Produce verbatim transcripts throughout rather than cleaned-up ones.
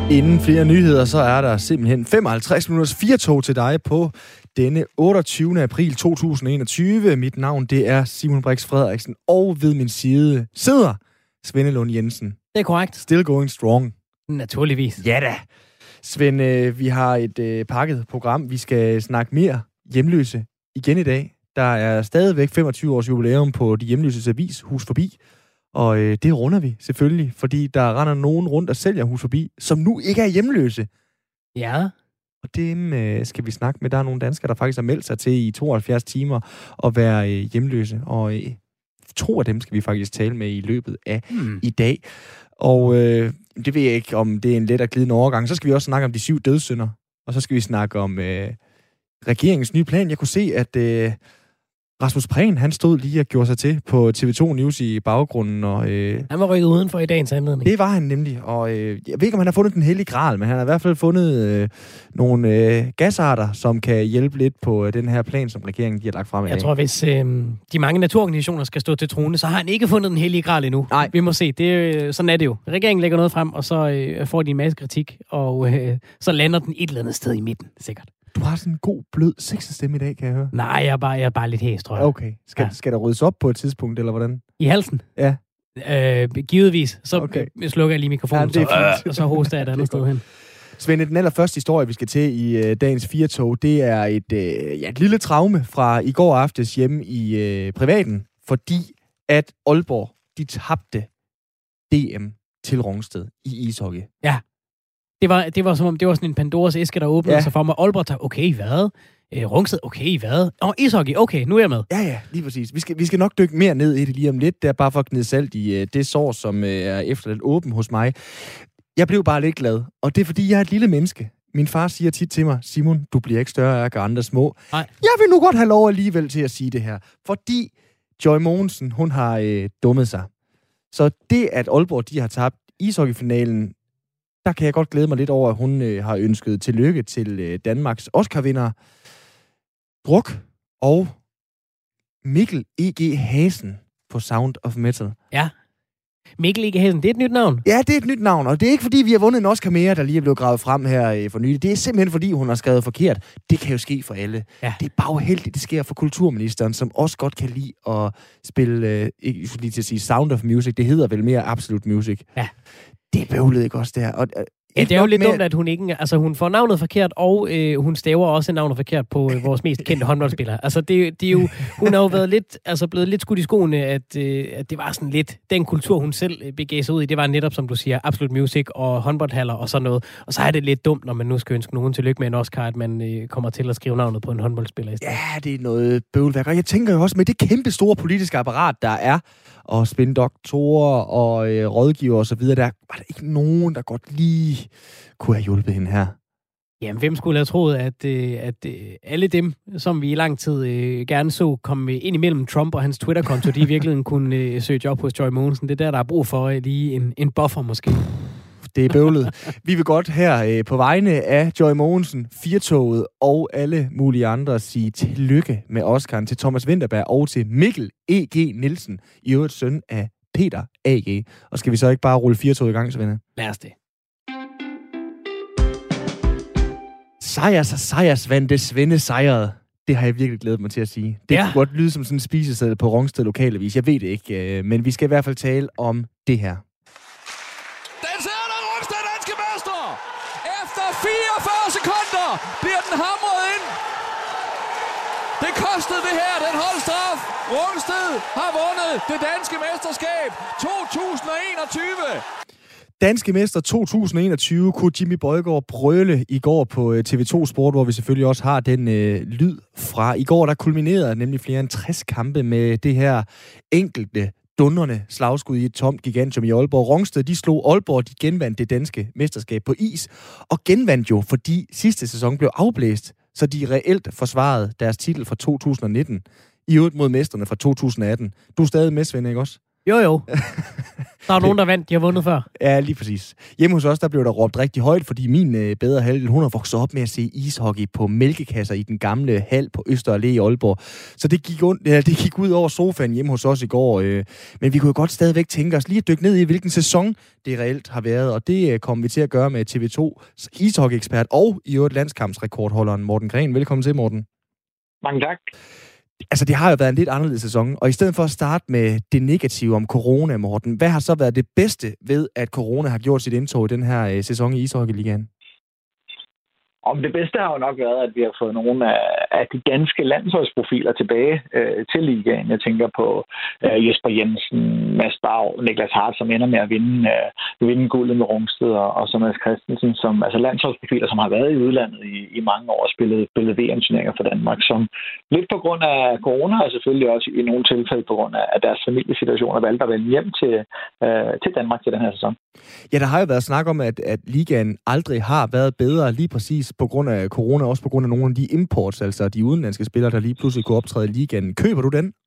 Inden flere nyheder, så er der simpelthen femoghalvtreds minutters firetog til dig på denne otteogtyvende april to tusind og enogtyve. Mit navn, det er Simon Brix Frederiksen, og ved min side sidder Svend Lund Jensen. Det er korrekt. Still going strong. Naturligvis. Ja da. Svend, øh, vi har et øh, pakket program. Vi skal snakke mere hjemløse igen i dag. Der er stadigvæk femogtyve års jubilæum på De Hjemløses Avis, Hus Forbi. Og øh, det runder vi selvfølgelig, fordi der render nogen rundt og sælger Hus Forbi, som nu ikke er hjemløse. Ja. Og dem øh, skal vi snakke med. Der er nogle danskere, der faktisk har meldt sig til i tooghalvfjerds timer at være øh, hjemløse. Og øh, to af dem skal vi faktisk tale med i løbet af hmm. i dag. Og øh, det ved jeg ikke, om det er en let og glidende overgang. Så skal vi også snakke om de syv dødssynder. Og så skal vi snakke om øh, regeringens nye plan. Jeg kunne se, at øh, Rasmus Prehn, han stod lige og gjorde sig til på T V to News i baggrunden. Og, øh, han var rykket udenfor i dagens anledning. Det var han nemlig. Og øh, jeg ved ikke, om han har fundet den hellige gral, men han har i hvert fald fundet øh, nogle øh, gasarter, som kan hjælpe lidt på øh, den her plan, som regeringen de har lagt frem i Jeg dag. tror, hvis øh, de mange naturorganisationer skal stå til trone, så har han ikke fundet den hellige gral endnu. Nej. Vi må se. Det, sådan er det jo. Regeringen lægger noget frem, og så øh, får de en masse kritik, og øh, så lander den et eller andet sted i midten, sikkert. Du har sådan en god, blød, sexet stemme i dag, kan jeg høre. Nej, jeg er bare, jeg er bare lidt hæs, tror jeg. Okay. Skal, ja. skal der ryddes op på et tidspunkt, eller hvordan? I halsen? Ja. Øh, givetvis. Så okay. slukker jeg lige mikrofonen, ja, så, øh, og så hoster jeg et andet sted hen. Svend, den allerførste historie, vi skal til i øh, dagens firetog, det er et, øh, ja, et lille traume fra i går aftes hjemme i øh, privaten, fordi at Aalborg, de tabte D M til Rungsted i ishockey. Ja. Det var, det var som om, det var sådan en Pandoras æske, der åbnede ja. sig for mig. Aalborg tager, okay, hvad? Øh, Rungsted, okay, hvad? Åh, ishockey, okay, nu er jeg med. Ja, ja, lige præcis. Vi skal, vi skal nok dykke mere ned i det lige om lidt. Det er bare for at gnide salt i uh, det sår, som uh, er efterladt åben hos mig. Jeg blev bare lidt glad, og det er, fordi jeg er et lille menneske. Min far siger tit til mig, Simon, du bliver ikke større af at gøre andre små. Nej. Jeg vil nu godt have lov alligevel til at sige det her, fordi Joy Mogensen, hun har uh, dummet sig. Så det, at Aalborg, de har tabt ishockeyfinalen, der kan jeg godt glæde mig lidt over, at hun øh, har ønsket tillykke til øh, Danmarks Oscar-vinder Druk og Mikkel E G Hasen på Sound of Metal. Ja. Mikkel E G Hasen, det er et nyt navn? Ja, det er et nyt navn, og det er ikke fordi, vi har vundet en Oscar mere, der lige er blevet gravet frem her øh, for nylig. Det er simpelthen fordi, hun har skrevet forkert. Det kan jo ske for alle. Ja. Det er bare uheldigt, det sker for kulturministeren, som også godt kan lide at spille, øh, ikke lige til at sige Sound of Music, det hedder vel mere Absolute Music. Ja. Det er bøvlet ikke også der. Og, øh, ja, det er jo lidt dumt, at hun ikke... Altså, hun får navnet forkert, og øh, hun staver også navnet forkert på øh, vores mest kendte håndboldspillere. Altså, det, det er jo... Hun har jo været lidt, altså, blevet lidt skudt i skoene, at, øh, at det var sådan lidt... Den kultur, hun selv begav sig ud i, det var netop, som du siger, Absolute Music og håndboldhaller og sådan noget. Og så er det lidt dumt, når man nu skal ønske nogen tillykke med en Oscar, at man øh, kommer til at skrive navnet på en håndboldspiller i stedet. Ja, det er noget bøvlværk. Og jeg tænker jo også med det kæmpe store politiske apparat, der er, og spindoktorer og øh, rådgiver og så videre, der var der ikke nogen, der godt lige kunne have hjulpet hende her. Jamen, hvem skulle have troet, at, øh, at øh, alle dem, som vi i lang tid øh, gerne så komme ind imellem Trump og hans Twitter-konto, de i virkeligheden kunne øh, søge job hos Joy Mogensen. Det er der, der er brug for øh, lige en, en buffer måske. Det er bøvlet. Vi vil godt her øh, på vegne af Joy Mogensen, Firtoget og alle mulige andre sige tillykke med Oscar'en til Thomas Vinterberg og til Mikkel E G Nielsen, i øvrigt søn af Peter A G. Og skal vi så ikke bare rulle Firtoget i gang, så venner? Lad os det. Sejrs og sejrsvand, det Svende sejrede. Det har jeg virkelig glædet mig til at sige. Det ja. kunne godt lyde som sådan en spiseseddel på Rungsted Lokalavis. Jeg ved det ikke, men vi skal i hvert fald tale om det her. Efter fireogfyrre sekunder bliver den hamret ind. Det kostede det her, den holdstraf. Rungsted har vundet det danske mesterskab to tusind og enogtyve. Danske mester to tusind og enogtyve kunne Jimmy Bøjgaard brøle i går på T V to Sport, hvor vi selvfølgelig også har den øh, lyd fra. I går der kulminerede nemlig flere end tres kampe med det her enkelte dundrende slagskud i et tomt gigantium i Aalborg. Rungsted, de slog Aalborg, de genvandt det danske mesterskab på is, og genvandt jo, fordi sidste sæson blev afblæst, så de reelt forsvarede deres titel fra to tusind og nitten, i øvrigt mod mesterne fra to tusind og atten. Du er stadig med, Svend, ikke også? Jo, jo. Der er nogen, der vandt. De har vundet før. Ja, lige præcis. Hjemme hos os, der blev der råbt rigtig højt, fordi min øh, bedre halvdel, hun har vokset op med at se ishockey på mælkekasser i den gamle hal på Øster Allé i Aalborg. Så det gik, und, ja, det gik ud over sofaen hjemme hos os i går. Øh. Men vi kunne jo godt stadigvæk tænke os lige at dykke ned i, hvilken sæson det reelt har været. Og det øh, kommer vi til at gøre med T V to's ishockey-ekspert og i øvrigt landskampsrekordholderen Morten Gren. Velkommen til, Morten. Mange tak. Altså, det har jo været en lidt anderledes sæson, og i stedet for at starte med det negative om corona, Morten, hvad har så været det bedste ved, at corona har gjort sit indtog i den her øh, sæson i ishockeyligaen? Om det bedste har jo nok været, at vi har fået nogle af, af de danske landsholdsprofiler tilbage øh, til ligaen. Jeg tænker på øh, Jesper Jensen, Mads Bag, Niklas Hart, som ender med at vinde, øh, vinde guldet med Rungsted, og, og så Mads Christensen, som altså landsholdsprofiler, som har været i udlandet i, i mange år og spillet, spillet V M-turneringer for Danmark, som lidt på grund af corona, og selvfølgelig også i nogle tilfælde på grund af deres familiesituationer, valgte at vende hjem til, øh, til Danmark til den her sæson. Ja, der har jo været snak om, at, at ligaen aldrig har været bedre lige præcis på grund af corona, også på grund af nogle af de imports, altså de udenlandske spillere, der lige pludselig kunne optræde i ligaen. Køber du den?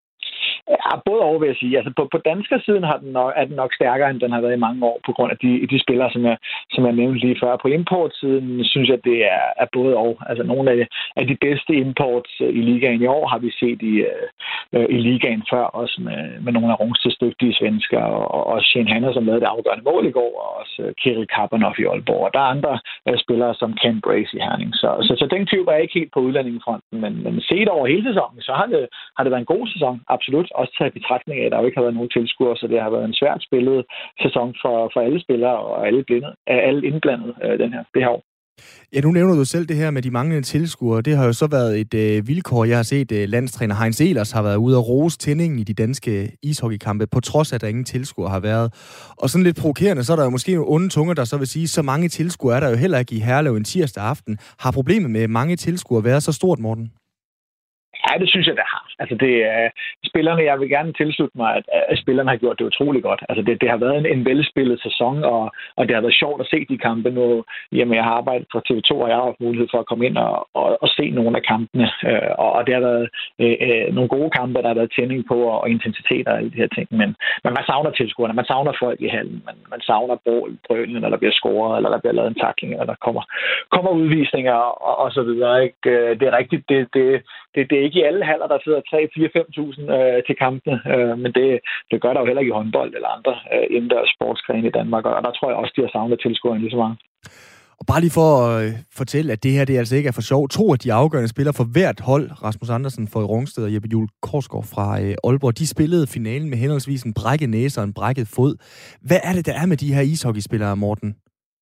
Ja, både over vil jeg sige. Altså på, på danskersiden har den nok, er den nok stærkere, end den har været i mange år, på grund af de, de spillere, som jeg, som jeg nævnte lige før. På importsiden synes jeg, det er, er både og. Altså nogle af, af de bedste imports i ligaen i år har vi set i, øh, i ligaen før, også med, med nogle af Rungsteds dygtige svensker, og også Shane Hanna, som lavede det afgørende mål i går, og også Kirill Kapanov i Aalborg. Og der er andre øh, spillere, som Ken Brace i Herning. Så, så, så den køber jeg ikke helt på udlændingefronten, men, men set over hele sæsonen, så har det, har det været en god sæson, absolut. Også taget i betragtning af, at der jo ikke har været nogen tilskuere, så det har været en svært spillet sæson for, for alle spillere og alle, blindet, alle indblandet øh, den her, det her år. Ja, nu nævner du selv det her med de manglende tilskuere. Det har jo så været et øh, vilkår. Jeg har set øh, landstræner Heinz Ehlers har været ude og rose tændingen i de danske ishockeykampe, på trods af, at der ingen tilskuere har været. Og sådan lidt provokerende, så er der jo måske nogle onde tunger, der så vil sige, så mange tilskuere er der jo heller ikke i Herlev en tirsdag aften. Har problemet med mange tilskuere været så stort, Morten? Ja, det synes jeg, det har. Altså, det er spillerne, jeg vil gerne tilslutte mig, at, at spillerne har gjort det utroligt godt. Altså, det, det har været en, en velspillet sæson, og, og det har været sjovt at se de kampe nu. Jamen, jeg har arbejdet for T V to, og jeg har haft mulighed for at komme ind og, og, og se nogle af kampene. Øh, og, og det har været øh, nogle gode kampe, der har været tænding på, og, og intensitet og alle de her ting. Men, men man savner tilskuerne, man savner folk i hallen, man, man savner bål, brølen, eller der bliver scoret, eller der bliver lavet en tackling, eller der kommer, kommer udvisninger, og, og så videre. Ikke? Det er rigtigt, det, det, det, det er ikke i alle haller, der sidder tre, fire, fem tusind øh, til kampene, øh, men det, det gør der jo heller ikke i håndbold eller andre øh, indendørs sportsgrene i Danmark, og der tror jeg også, de har savnet tilskuerne lige så meget. Og bare lige for at øh, fortælle, at det her det altså ikke er for sjov. To af de afgørende spillere for hvert hold, Rasmus Andersen fra Rungsted og Jeppe Juhl Korsgaard fra øh, Aalborg, de spillede finalen med henholdsvis en brækket næse og en brækket fod. Hvad er det, der er med de her ishockeyspillere, Morten?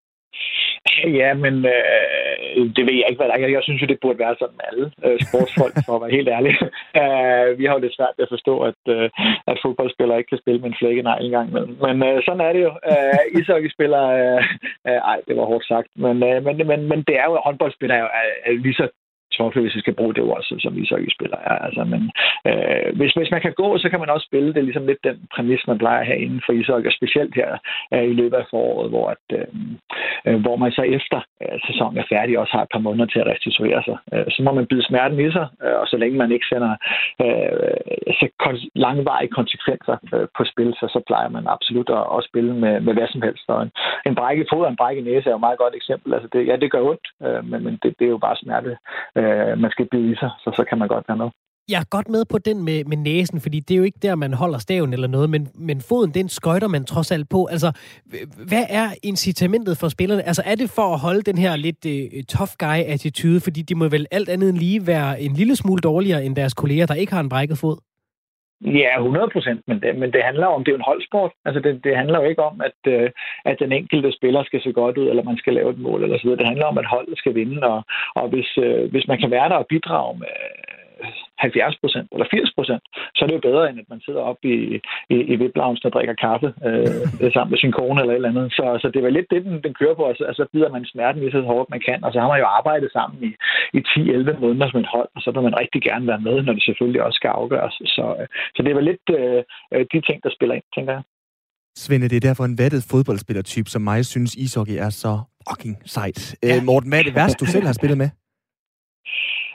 Ja, men øh, det ved jeg ikke, hvad der er. Jeg synes jo, det burde være sådan med alle øh, sportsfolk, for at være helt ærlig. Uh, vi har jo lidt svært ved at forstå, at, uh, at fodboldspillere ikke kan spille med en flækkenegl en gang imellem. Men uh, sådan er det jo. Uh, ishockeyspillere, uh, uh, ej, det var hårdt sagt. Men, uh, men, men, men det er jo, håndboldspillere er jo er, er lige så toffe, hvis vi skal bruge det ord, som ishockeyspiller er. Altså, men øh, hvis, hvis man kan gå, så kan man også spille det ligesom lidt den præmis, man plejer at have inden for ishockey, og specielt her øh, i løbet af foråret, hvor, at, øh, hvor man så efter øh, sæsonen er færdig, også har et par måneder til at restituere sig. Øh, så må man bide smerten i sig, øh, og så længe man ikke sender øh, så kon- langvarige konsekvenser øh, på spil, så, så plejer man absolut at, at spille med, med hvad som helst. Og en, en brækket fod og en brækket næse er jo et meget godt eksempel. Altså det, ja, det gør ondt, øh, men, men det, det er jo bare smerte. Man skal bide i sig, så, så kan man godt være med. Jeg er godt med på den med, med næsen, fordi det er jo ikke der, man holder staven eller noget, men, men foden, den skøjter man trods alt på. Altså, hvad er incitamentet for spillerne? Altså, er det for at holde den her lidt uh, tough guy-attitude, fordi de må vel alt andet end lige være en lille smule dårligere end deres kolleger, der ikke har en brækket fod? Ja, hundrede procent, men det, men det handler om, det er jo en holdsport. Altså det, det handler jo ikke om, at, øh, at den enkelte spiller skal se godt ud, eller man skal lave et mål, eller så videre. Det handler om, at holdet skal vinde, og, og hvis, øh, hvis man kan være der og bidrage med halvfjerds procent eller firs procent, så er det jo bedre, end at man sidder oppe i, i, i V I P-loungen og drikker kaffe øh, sammen med sin kone eller et eller andet. Så, så det var lidt det, den, den kører på, og så, og så bider man smerten lige så hårdt, man kan. Og så har man jo arbejdet sammen i, i ti til elleve måneder som et hold, og så vil man rigtig gerne være med, når det selvfølgelig også skal afgøres. Så, så det var lidt øh, de ting, der spiller ind, tænker jeg. Svende, det er derfor en vattet fodboldspillertype, som mig synes, ishockey er så fucking sejt. Ja. Øh, Morten, hvad er det værste, du selv har spillet med?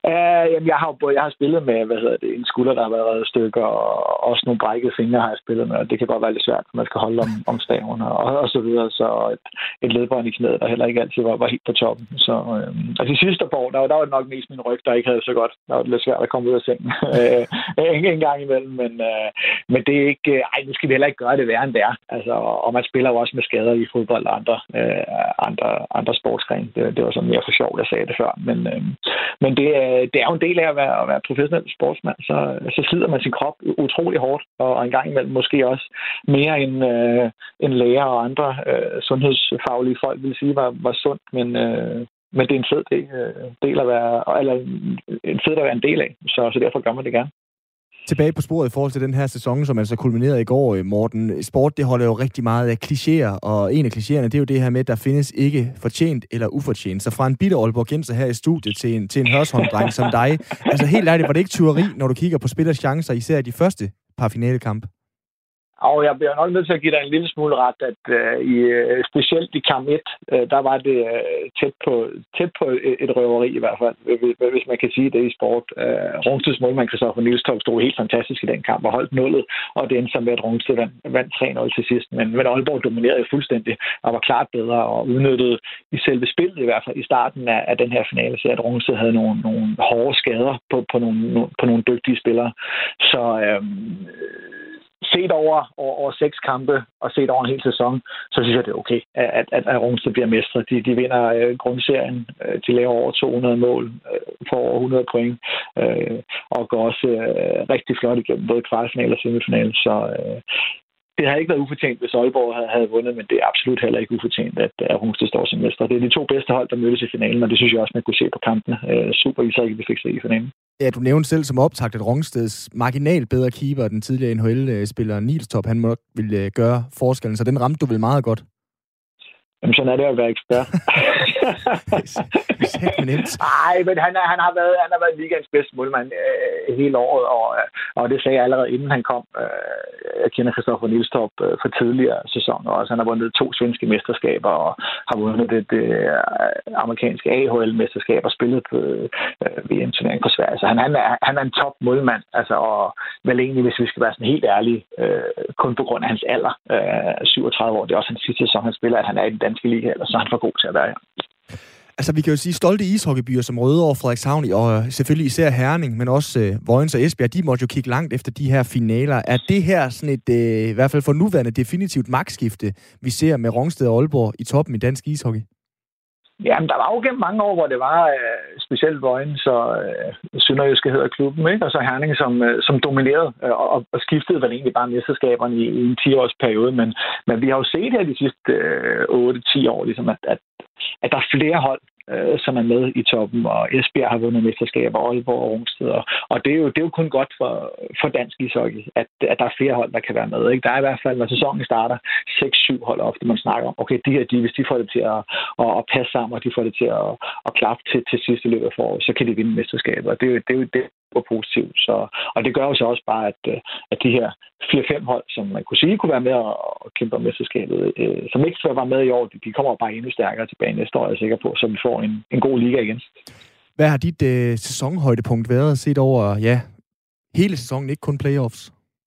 Uh, jamen, jeg har jo jeg har spillet med, hvad hedder det, en skulder, der har været reddet stykker, og også nogle brækkede fingre har jeg spillet med, og det kan godt være lidt svært, når man skal holde om, om staven og, og så videre. Så et, et ledbånd i knæet, der heller ikke altid var, var helt på toppen. Så øh, og de sidste par år, der, der var det nok mest min ryg, der ikke havde så godt. Der var det lidt svært at komme ud af sengen en, en gang imellem, men, øh, men det er ikke, ej, nu skal vi heller ikke gøre det værre, end det er. Altså, og man spiller jo også med skader i fodbold og andre, øh, andre, andre sportsgrene. Det, det var sådan mere for sjov, jeg sagde det før. Men, øh, men det, det er jo en del af at være, at være professionel sportsmand. Så, så slider man sin krop utrolig hårdt, og, og en gang imellem måske også mere end, øh, end læger og andre øh, sundhedsfaglige folk vil sige, var, var sundt, men, øh, men det er en fed del, øh, del at være, eller en fed at være en del af, så, så derfor gør man det gerne. Tilbage på sporet i forhold til den her sæson, som altså kulminerede i går, Morten. Sport, det holder jo rigtig meget af klichéer, og en af klichéerne, det er jo det her med, at der findes ikke fortjent eller ufortjent. Så fra en bitter Aalborgenser her i studiet til en, til en Hørsholm-dreng som dig, altså helt ærligt, var det ikke tyveri, når du kigger på spillers chancer, især i de første par finalekampe? Og jeg bliver nok nødt til at give dig en lille smule ret, at uh, i, uh, specielt i kamp et, uh, der var det uh, tæt på, tæt på et, et røveri i hvert fald, hvis, hvis man kan sige det i sport. Uh, Rungsteds målmand Christoffer Nielstoft stod helt fantastisk i den kamp og holdt nullet, og det endte så med, at Rungsted vandt, vandt tre nul til sidst. Men, men Aalborg dominerede fuldstændig og var klart bedre og udnyttede i selve spillet i hvert fald i starten af, af den her finale, så at Rungsted havde nogle, nogle hårde skader på, på, nogle, på nogle dygtige spillere. Så Uh, set over, over, over seks kampe og set over en hel sæson, så synes jeg, det er okay, at, at, at Rungsted bliver mestre. De, de vinder øh, grundserien. De laver over to hundrede mål, øh, får over hundrede point, øh, og går også øh, rigtig flot igennem både kvartfinale og semifinale. Så øh, det har ikke været ufortjent, hvis Aalborg havde, havde vundet, men det er absolut heller ikke ufortjent, at, at Rungsted står som mestre. Det er de to bedste hold, der mødtes i finalen, og det synes jeg også, man kunne se på kampene. Øh, super ishockey, vi fik se i finalen. Ja, du nævnte selv som optakt, at Rungsteds marginalt bedre keeper, den tidligere N H L-spiller Nielstoft, han må ville gøre forskellen, så den ramte du vel meget godt? Jamen, sådan er det at være ekspert. Nej, men han, er, han, har været, han har været ligaens bedste målmand øh, hele året, og, og det sagde jeg allerede inden han kom. Øh, jeg kender Christoffer Nielstoft øh, fra tidligere sæsoner også. Han har vundet to svenske mesterskaber og har vundet det, det amerikanske A H L-mesterskab og spillet på øh, V M-turnering på Sverige. Så han, han, er, han er en top målmand, altså, og vel egentlig, hvis vi skal være sådan helt ærlige, øh, kun på grund af hans alder, øh, syvogtredive år. Det er også hans sidste sæson, han spiller, at han er i den danske liga, eller så er han for god til at være her. Altså, vi kan jo sige, stolte ishockeybyer som Rødovre, Frederikshavn og selvfølgelig især Herning, men også øh, Vojens og Esbjerg, de måtte jo kigge langt efter de her finaler. Er det her sådan et, øh, i hvert fald for nuværende, definitivt magtskifte, vi ser med Rungsted og Aalborg i toppen i dansk ishockey? Jamen, der var jo gennem mange år, hvor det var øh, specielt Vojens og øh, Sønderjyske hedder klubben, ikke? Og så Herning, som, øh, som dominerede øh, og, og skiftede vel egentlig bare mesterskaberne i, i en ti-års periode. Men, men vi har jo set her de sidste øh, otte til ti år, ligesom, at, at, at der er flere hold, øh, som er med i toppen, og Esbjerg har vundet mesterskaber, Aalborg og Rungsted. Og, og det, er jo, det er jo kun godt for, for dansk ishockey, at, at der er flere hold, der kan være med. Ikke? Der er i hvert fald, når sæsonen starter, seks syv hold ofte, man snakker om. Okay, de her, de, hvis de får det til at, at, at passe sammen, og de får det til at, at klappe til, til sidste løb af foråret, så kan de vinde mesterskaber. Og det er jo det, er jo det var positivt. Så, og det gør jo så også bare, at, at de her fire fem hold, som man kunne sige, kunne være med og kæmpe om mesterskabet, øh, som ikke skal være med i år, de kommer bare endnu stærkere tilbage næste år, jeg er sikker på, så vi får en, en god liga igen. Hvad har dit øh, sæsonhøjdepunkt været set over, ja, hele sæsonen, ikke kun playoffs?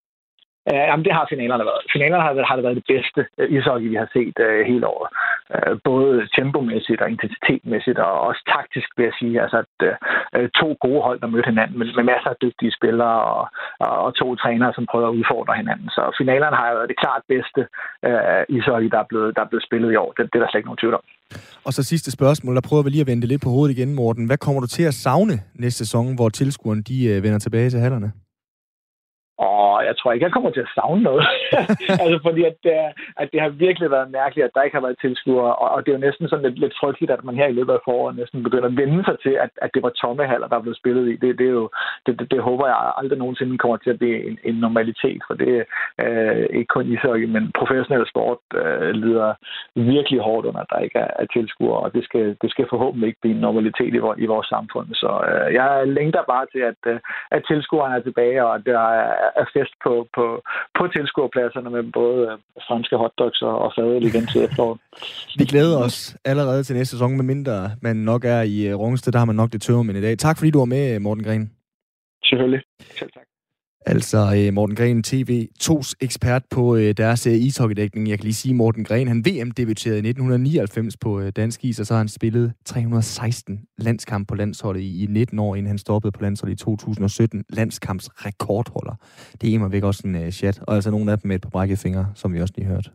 Uh, jamen, det har finalerne været. Finalerne har, har det været det bedste uh, ishockey, vi har set uh, hele året. Uh, både tempomæssigt og intensitetmæssigt, og også taktisk, vil jeg sige. Altså, at uh, to gode hold, der mødte hinanden med, med masser af dygtige spillere, og, og, og to trænere, som prøver at udfordre hinanden. Så finalerne har været det klart bedste uh, ishockey, der er, blevet, der er blevet spillet i år. Det, det er der slet ikke nogen tvivl om. Og så sidste spørgsmål, der prøver vi lige at vende lidt på hovedet igen, Morten. Hvad kommer du til at savne næste sæson, hvor tilskuerne de uh, vender tilbage til hallerne? Og jeg tror ikke, jeg kommer til at savne noget. altså fordi, at, at det har virkelig været mærkeligt, at der ikke har været tilskuere. Og, og det er jo næsten sådan lidt, lidt frygteligt, at man her i løbet af foråret næsten begynder at vende sig til, at, at det var tomme haller, der blev spillet i. Det, det, er jo, det, det, det håber jeg aldrig nogensinde kommer til at blive en, en normalitet. For det er øh, ikke kun ishockey, men professionel sport øh, lider virkelig hårdt under, at der ikke er, er tilskuere. Og det skal, det skal forhåbentlig ikke blive en normalitet i, vores, i vores samfund. Så øh, jeg længter bare til, at, at tilskuerne er tilbage, og der er af fest på, på, på tilskuerpladserne med både øh, franske hotdogs og, og fadøl igen til efteråret. Vi glæder os allerede til næste sæson, medmindre man nok er i uh, Rungsted. Der har man nok det tømmermænd i dag. Tak fordi du var med, Morten Gren. Selvfølgelig. Selv tak. Altså uh, Morten Gren, T V to's ekspert på uh, deres uh, ishockeydækning. Jeg kan lige sige, at Morten Gren, han V M-debuterede i nitten nioghalvfems på uh, dansk is, og så har han spillet tre hundrede og seksten landskampe på landsholdet i, i nitten år, inden han stoppede på landsholdet i to tusind og sytten. Landskampsrekordholder. rekordholder. Det er immer væk også en uh, chat, og altså nogle af dem med et par brækkede fingre, som vi også lige hørte.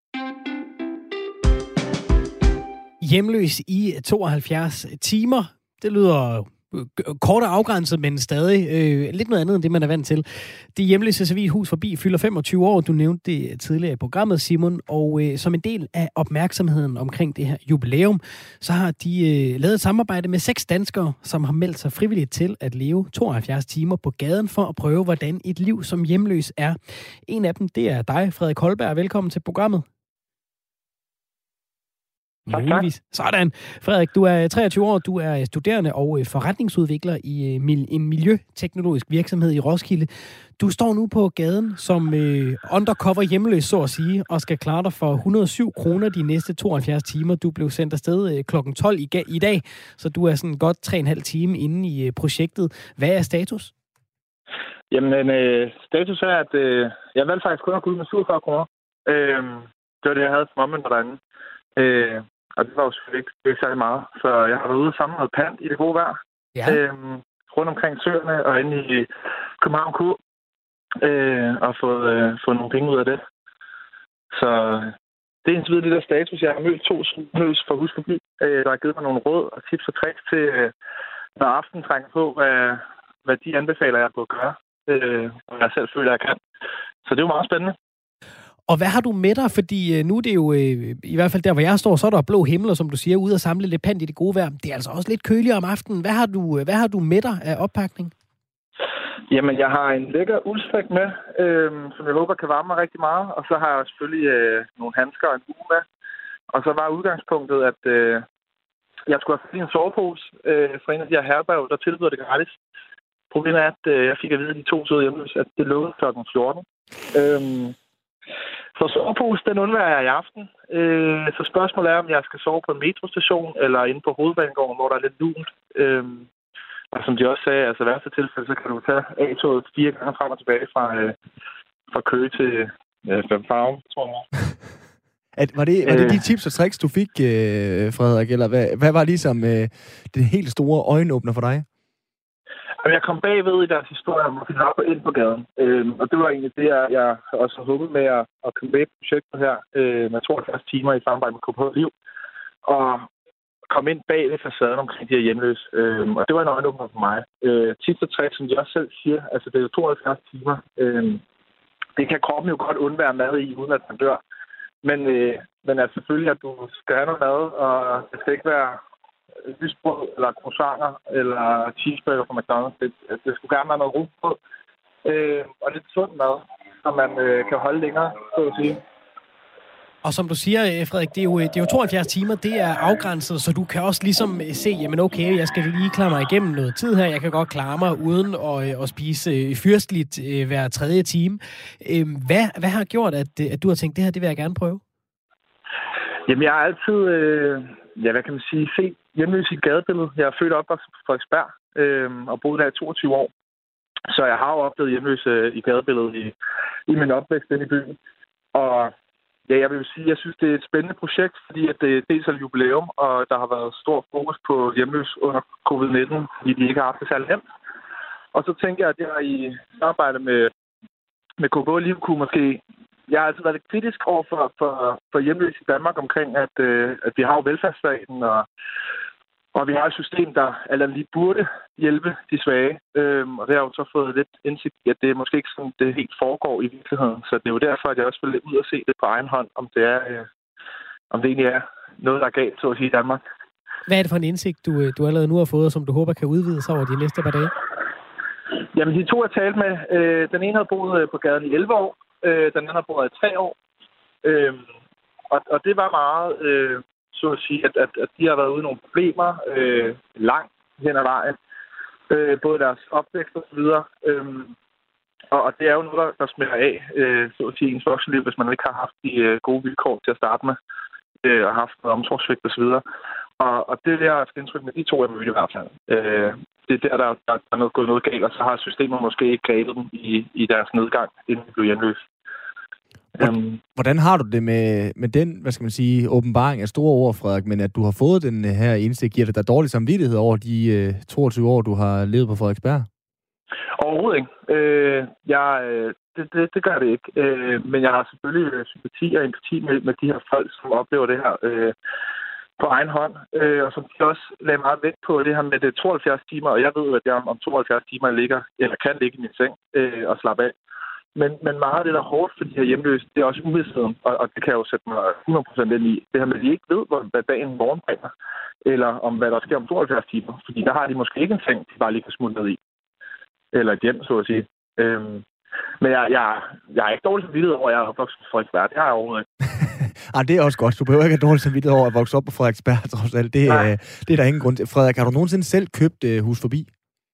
Hjemløs i tooghalvfjerds timer. Det lyder kort og afgrænset, men stadig øh, lidt noget andet, end det, man er vant til. Det hjemløse Civilhus Forbi fylder femogtyve år. Du nævnte det tidligere i programmet, Simon. Og øh, som en del af opmærksomheden omkring det her jubilæum, så har de øh, lavet et samarbejde med seks danskere, som har meldt sig frivilligt til at leve tooghalvfjerds timer på gaden for at prøve, hvordan et liv som hjemløs er. En af dem, det er dig, Frederik Holberg. Velkommen til programmet. Tak, tak. Sådan. Frederik, du er treogtyve år, du er studerende og forretningsudvikler i en miljøteknologisk virksomhed i Roskilde. Du står nu på gaden som øh, undercover hjemløs, så at sige, og skal klare dig for et hundrede og syv kroner de næste tooghalvfjerds timer. Du blev sendt afsted øh, klokken tolv i, i dag, så du er sådan godt tre og en halv time inde i øh, projektet. Hvad er status? Jamen, øh, status er, at øh, jeg valgte faktisk kun at gå ud med syvogfyrre kroner. Øh, det var det, jeg havde for momenten derinde. Øh, og det var jo selvfølgelig ikke, ikke særlig meget. Så jeg har været ude og samle noget pant i det gode vejr. Ja. Øhm, rundt omkring søerne og inde i København K. Øh, og fået, øh, fået nogle penge ud af det. Så det er indtil videre det der status. Jeg har mødt to løs for Hus Forbi, øh, der har givet mig nogle råd og tips og tricks til, øh, når aftenen trænger på, hvad, hvad de anbefaler, jeg på at gøre. Øh, og jeg selv føler, jeg kan. Så det er jo meget spændende. Og hvad har du med dig? Fordi øh, nu er det jo, øh, i hvert fald der, hvor jeg står, så er der blå himler, som du siger, ude og samle lidt pant i det gode vejr. Det er altså også lidt køligere om aftenen. Hvad har du, hvad har du med dig af oppakning? Jamen, jeg har en lækker uldstrik med, øh, som jeg håber kan varme mig rigtig meget. Og så har jeg selvfølgelig øh, nogle handsker og en hue med. Og så var udgangspunktet, at øh, jeg skulle have fået en sovepose øh, fra en af de her herberg, der tilbyder det gratis. Problemet er, at øh, jeg fik at vide, at de to søde hjemløse, at det lukkede klokken fjorten. Øh, Så sovepose, den undværer jeg i aften. Øh, så spørgsmålet er, om jeg skal sove på en metrostation eller inde på Hovedbanegården, hvor der er lidt lunt. Øh, og som de også sagde, altså i værste tilfælde, så kan du tage A-toget fire gange frem og tilbage fra, øh, fra Køge til øh, Farum, tror jeg. At, var det, var det de tips og tricks, du fik, øh, Frederik? Eller hvad, hvad var ligesom øh, det helt store øjenåbner for dig? Jeg kom bagved i deres historie om at finde op ind på gaden. Øhm, og det var egentlig det, jeg, jeg også har håbet med at, at komme med i projektet her øh, med tooghalvfjerds timer i samarbejde med K P H Liv. Og komme ind bag ved facaden omkring de her hjemløse. Øhm, og det var en øjenåbner for mig. Øh, tips og tricks, som de også selv siger, altså det er jo tooghalvfjerds timer. Øh, det kan kroppen jo godt undvære mad i, uden at man dør. Men, øh, men altså selvfølgelig, at du skal have noget mad, og det skal ikke være lysbrød, eller croissanter, eller cheeseburger fra McDonald's. Det, det skulle gerne være noget rugbrød. Øh, og lidt sund mad, så man øh, kan holde længere, så at sige. Og som du siger, Frederik, det er, jo, det er jo tooghalvfjerds timer, det er afgrænset, så du kan også ligesom se, jamen okay, jeg skal lige klare mig igennem noget tid her, jeg kan godt klare mig uden at, at spise fyrstligt hver tredje time. Hvad, hvad har gjort, at, at du har tænkt, det her, det vil jeg gerne prøve? Jamen, jeg har altid, øh, ja, hvad kan man sige, set hjemløs i et gadebillede. Jeg er født op på Frederiksberg øh, og boet der i toogtyve år. Så jeg har jo oplevet hjemløse i gadebilledet i, i min opvækst inde i byen. Og ja, jeg vil sige, jeg synes, det er et spændende projekt, fordi at det dels er et jubilæum, og der har været stor fokus på hjemløs under covid nitten, fordi de ikke har haft det særlig nemt. Og så tænker jeg, at jeg i samarbejde med, med K P H Liv kunne måske... Jeg har altid været lidt kritisk over for, for, for hjemløse i Danmark omkring, at, øh, at vi har jo velfærdsstaten, og, og vi har et system, der eller lige burde hjælpe de svage. Øhm, og det har jo så fået lidt indsigt i, at det er måske ikke sådan, det helt foregår i virkeligheden. Så det er jo derfor, at jeg også vil ud og se det på egen hånd, om det, er, øh, om det egentlig er noget, der er galt, så at sige, i Danmark. Hvad er det for en indsigt, du, du allerede nu har fået, som du håber kan udvides over de næste par dage? Jamen, de to, jeg talte med, øh, den ene havde boet på gaden i elleve år, Øh, den anden har boet i tre år. Øh, og, og det var meget, øh, så at sige, at, at, at de har været ude i nogle problemer øh, langt hen ad vejen. Øh, både deres opvækst og så videre. Øh, Og, og det er jo noget, der, der smitter af, øh, så at sige, ens voksenliv, hvis man ikke har haft de øh, gode vilkår til at starte med, øh, og haft noget omsorgsvigt og så videre. Og, og det er der, jeg indtryk med de to, jeg mødte i hvert fald. Øh, det er der, der, der er noget, gået noget galt, og så har systemet måske ikke grebet dem i, i deres nedgang, inden de blev hjemløse. Hvordan har du det med, med den, hvad skal man sige, åbenbaring af store ord, Frederik, men at du har fået den her indsigt, giver det dig dårlig samvittighed over de øh, toogtyve år, du har levet på Frederiksberg? Overhovedet ikke. Øh, jeg, det, det, det gør det ikke. Øh, men jeg har selvfølgelig sympati og empati med, med de her folk, som oplever det her øh, på egen hånd, øh, og som de også lagde meget vægt på det her med det tooghalvfjerds timer, og jeg ved jo, at jeg om, om tooghalvfjerds timer ligger, eller kan ligge i min seng øh, og slappe af. Men, men meget af det, der er hårdt for de her hjemløse, det er også uvidstheden, og, og det kan jeg jo sætte mig hundrede procent ind i. Det her med, at de ikke ved, hvad dagen morgen bringer, eller om hvad der sker om tooghalvfjerds timer. Fordi der har de måske ikke en seng, de bare lige kan smutte ned i. Eller et hjem, så at sige. Øhm, men jeg, jeg, jeg er ikke dårlig samvittighed over, at jeg er opvokset på Frederiksberg. Det har jeg overhovedet ikke. Ah, det er også godt. Du behøver ikke have dårlig samvittighed over at vokse op på Frederiksberg, trods alt. Det, øh, det er der ingen grund til. Frederik, har du nogensinde selv købt øh, Hus Forbi?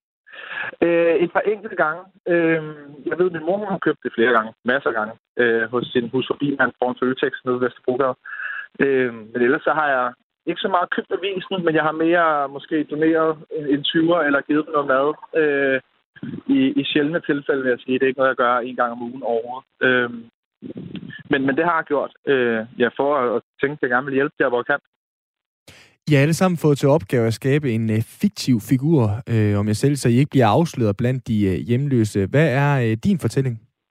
Øh, et par enkelte gange. Øh, jeg ved, at min mor har købt det flere gange, masser af gange, øh, hos sin Hus Forbi-mand foran Føtex nede i Vesterbrogade. Øh, men ellers så har jeg ikke så meget købt avisen, men jeg har mere måske doneret en tyver eller givet dem noget mad. Øh, i, I sjældne tilfælde vil jeg sige, det er ikke noget, jeg gør en gang om ugen overhovedet. Øh, men, men det har jeg gjort. Øh, jeg får at tænke, at jeg gerne vil hjælpe der, hvor jeg kan. I har alle sammen fået til opgave at skabe en uh, fiktiv figur øh, om jer selv, så I ikke bliver afsløret blandt de uh, hjemløse. Hvad er uh, din fortælling?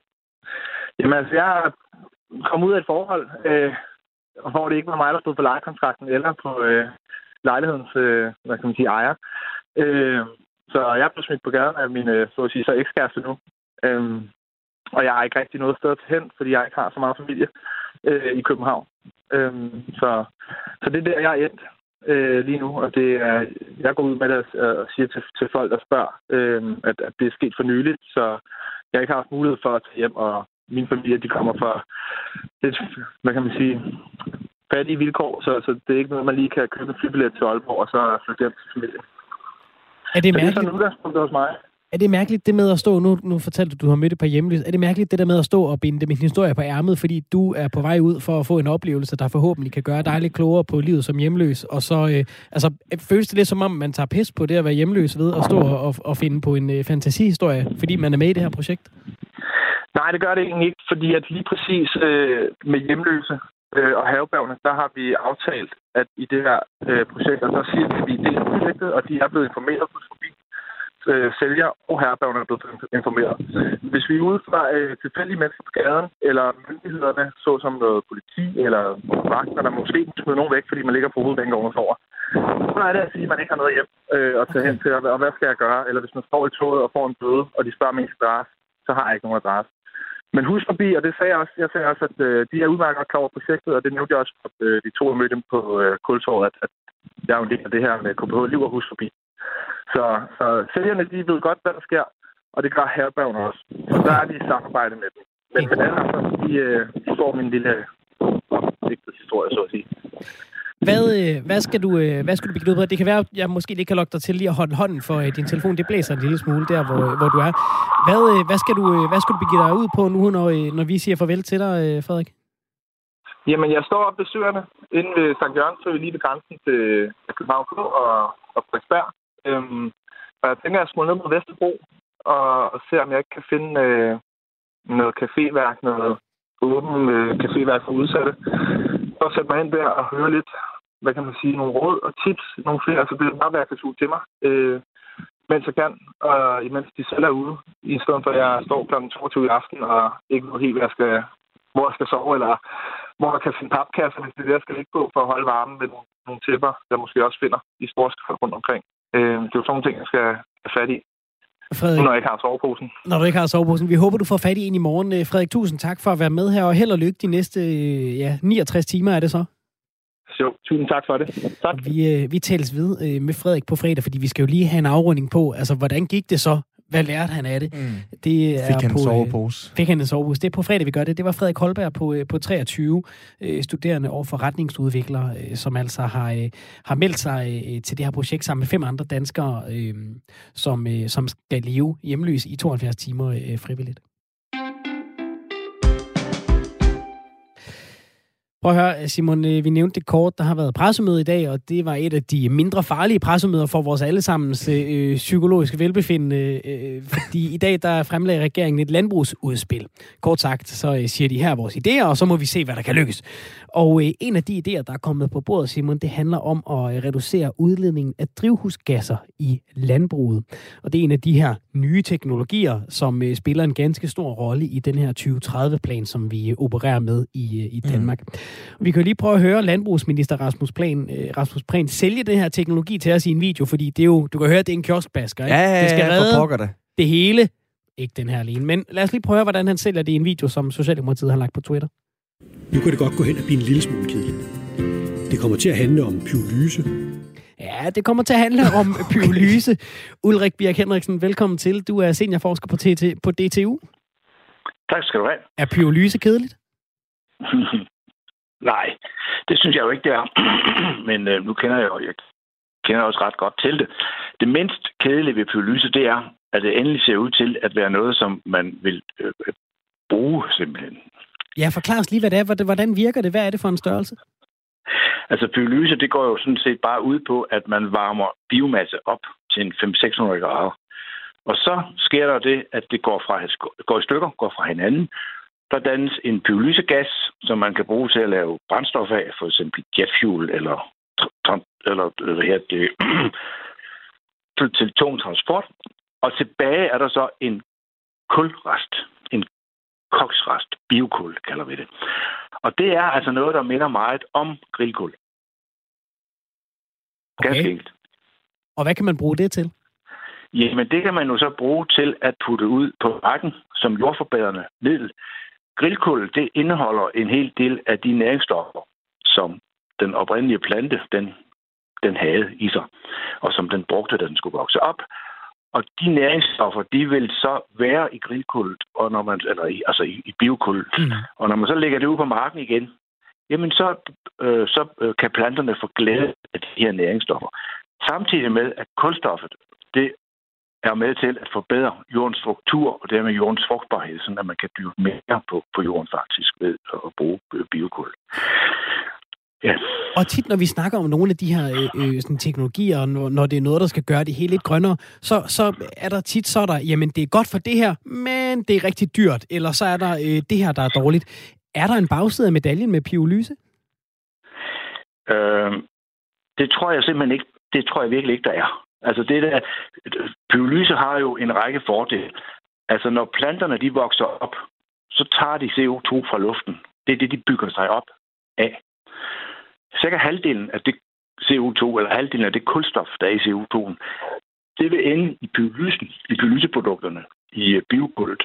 Jamen altså, jeg kom ud af et forhold, øh, hvor det ikke var mig, der stod på lejekontrakten eller på øh, lejlighedens øh, hvad kan man sige, ejer. Øh, så jeg blev smidt på gaden af min øh, så at sige, så ekskæreste nu. Øh, og jeg er ikke rigtig noget sted til hen, fordi jeg ikke har så meget familie øh, i København. Øh, så, så det er der, jeg er endt. Øh, lige nu, og det er, jeg går ud med det og siger til, til folk, der spørger, øh, at, at det er sket for nyligt, så jeg ikke har haft mulighed for at tage hjem, og min familie, de kommer fra lidt, hvad kan man sige, fattige vilkår, så, så det er ikke noget, man lige kan købe en flybillet til Aalborg, og så flytte hjem til familien. Er det mærkeligt? Så det er sådan udgangspunkt hos mig. Er det mærkeligt, det med at stå, nu, nu fortalte du, du har mødt et par hjemløse, er det mærkeligt, det der med at stå og binde dem en historie på ærmet, fordi du er på vej ud for at få en oplevelse, der forhåbentlig kan gøre dig lidt klogere på livet som hjemløs, og så, øh, altså, føles det lidt som om, man tager pis på det at være hjemløs ved at stå og, og finde på en øh, fantasihistorie, fordi man er med i det her projekt? Nej, det gør det egentlig ikke, fordi at lige præcis øh, med hjemløse øh, og Herbergerne, der har vi aftalt, at i det her øh, projekt, og der siger vi, at vi deler projektet, og de er blevet informeret på forbi. Sælger og herbergerne er blevet informeret. Hvis vi er ude fra øh, tilfældige mennesker på gaden, eller myndighederne, såsom noget politi eller vagter, der måske smider nogen væk, fordi man ligger på hovedbænken ovenover, så er det at sige, at man ikke har noget hjem øh, at tage hen til, og hvad skal jeg gøre? Eller hvis man står i toget og får en bøde, og de spørger min adresse, så har jeg ikke nogen adresse. Men husk forbi, og det sagde jeg også, jeg sagde også, at øh, de er udmærket klar over projektet, og det nævnte jeg også, at øh, de to jeg mødte dem på øh, Kultorvet, at, at jeg er jo en del af det her med K P H Liv og Hus Forbi. Så, så sælgerne, de ved godt, hvad der sker, og det gør herbergerne også. Så der er de i samarbejde med dem. Men med alle andre, de, de får min lille opdigtet historie, så at sige. Hvad, hvad, skal du, hvad skal du begynde ud på? Det kan være, at jeg måske lige kan lokke dig til lige at holde hånden for din telefon. Det blæser en lille smule der, hvor, hvor du er. Hvad, hvad, skal du, hvad skal du begive dig ud på nu, når, når vi siger farvel til dig, Frederik? Jamen, jeg står op ved Søerne, inde ved Sankt Jørgensø, lige ved grænsen til København og, og Frederiksberg. Øhm, og jeg tænker, at jeg skal ned på Vesterbro og, og se, om jeg ikke kan finde øh, noget caféværk, noget åben øh, caféværk for udsatte. Og sætte mig ind der og høre lidt, hvad kan man sige, nogle råd og tips, nogle flere. Altså, det er bare, hvad jeg kan suge til mig, øh, mens jeg kan, og imens de selv er ude. I stedet for, at jeg står klokken toogtyve i aften og ikke ved helt, hvad jeg skal, hvor jeg skal sove, eller hvor jeg kan finde papkasser, hvis det er det, jeg skal ligge på for at holde varmen med nogle, nogle tæpper, jeg måske også finder i storskab rundt omkring. Det er jo sådan nogle ting, jeg skal have fat i, Frederik, når jeg ikke har soveposen. Når du ikke har soveposen. Vi håber, du får fat i en i morgen. Frederik, tusind tak for at være med her, og held og lykke de næste ja, niogtres timer, er det så? Jo, tusind tak for det. Tak. Vi, vi tales ved med Frederik på fredag, fordi vi skal jo lige have en afrunding på, altså hvordan gik det så? Hvad lærte han af det? Mm. Det er fik han på, en sovepose? Fik han en sovepose. Det er på fredag, vi gør det. Det var Frederik Holberg på, på treogtyve øh, studerende og forretningsudviklere, øh, som altså har, øh, har meldt sig øh, til det her projekt sammen med fem andre danskere, øh, som, øh, som skal leve hjemløs i tooghalvfjerds timer øh, frivilligt. Prøv at høre, Simon, vi nævnte det kort, der har været pressemøde i dag, og det var et af de mindre farlige pressemøder for vores allesammens øh, psykologiske velbefindende, øh, fordi i dag der fremlagde regeringen et landbrugsudspil. Kort sagt, så øh, siger de her vores idéer, og så må vi se, hvad der kan lykkes. Og øh, en af de idéer, der er kommet på bordet, Simon, det handler om at øh, reducere udledningen af drivhusgasser i landbruget. Og det er en af de her nye teknologier, som øh, spiller en ganske stor rolle i den her tyve tredive-plan, som vi øh, opererer med i, øh, i Danmark. Mm. Vi kan jo lige prøve at høre landbrugsminister Rasmus Prehn, øh, Rasmus Prehn sælge den her teknologi til os i en video, fordi det er jo, du kan høre, det er en kioskbasker, ikke? Ja, ja, ja, det skal redde det. det hele. Ikke den her alene. Men lad os lige prøve at høre, hvordan han sælger det i en video, som Socialdemokratiet har lagt på Twitter. Nu kan det godt gå hen og blive en lille smule kedeligt. Det kommer til at handle om pyrolyse. Ja, det kommer til at handle om pyrolyse. Ulrik Bjerg Henriksen, velkommen til. Du er seniorforsker på, T T, på D T U. Tak skal du have. Er pyrolyse kedeligt? Nej, det synes jeg jo ikke, det er. Men øh, nu kender jeg jo, jeg kender også ret godt til det. Det mindst kedelige ved pyrolyse, det er, at det endelig ser ud til at være noget, som man vil øh, bruge simpelthen. Ja, forklar os lige, hvad det er. Hvordan virker det? Hvad er det for en størrelse? Altså pyrolyse, det går jo sådan set bare ud på, at man varmer biomasse op til en fem til seks hundrede grader. Og så sker der det, at det går, fra, går i stykker, går fra hinanden. Der dannes en pyrolysegas, som man kan bruge til at lave brændstof af, for eksempel jetfuel eller, eller hvad her, det, til tung transport. Og tilbage er der så en kulrest, en koksrest, biokul kalder vi det. Og det er altså noget, der minder meget om grillkul. Ganske enkelt. Og hvad kan man bruge det til? Jamen, det kan man jo så bruge til at putte ud på marken som jordforbedrende middel. Grillkul, det indeholder en hel del af de næringsstoffer, som den oprindelige plante, den, den havde i sig, og som den brugte, da den skulle vokse op. Og de næringsstoffer, de vil så være i grillkullet, og når man, eller i, altså i, i biokullet. Mm. Og når man så lægger det ud på marken igen, jamen så, øh, så øh, kan planterne få glæde af de her næringsstoffer. Samtidig med, at kulstoffet, det er med til at forbedre jordens struktur, og dermed jordens frugtbarhed, så at man kan dyrke mere på, på jorden faktisk ved at bruge biokul. Ja. Og tit, når vi snakker om nogle af de her øh, sådan, teknologier, når, når det er noget, der skal gøre det hele lidt grønnere, så, så er der tit, så er der, jamen det er godt for det her, men det er rigtig dyrt, eller så er der øh, det her, der er dårligt. Er der en bagside af medaljen med pyrolyse? Øh, det tror jeg simpelthen ikke, det tror jeg virkelig ikke, der er. Altså det der, pyrolyse har jo en række fordele. Altså når planterne de vokser op, så tager de C O to fra luften. Det er det, de bygger sig op af. Cirka halvdelen af det C O to, eller halvdelen af det kulstof, der er i C O to'en, det vil ende i pyrolysen, i pyrolyseprodukterne, i biokullet.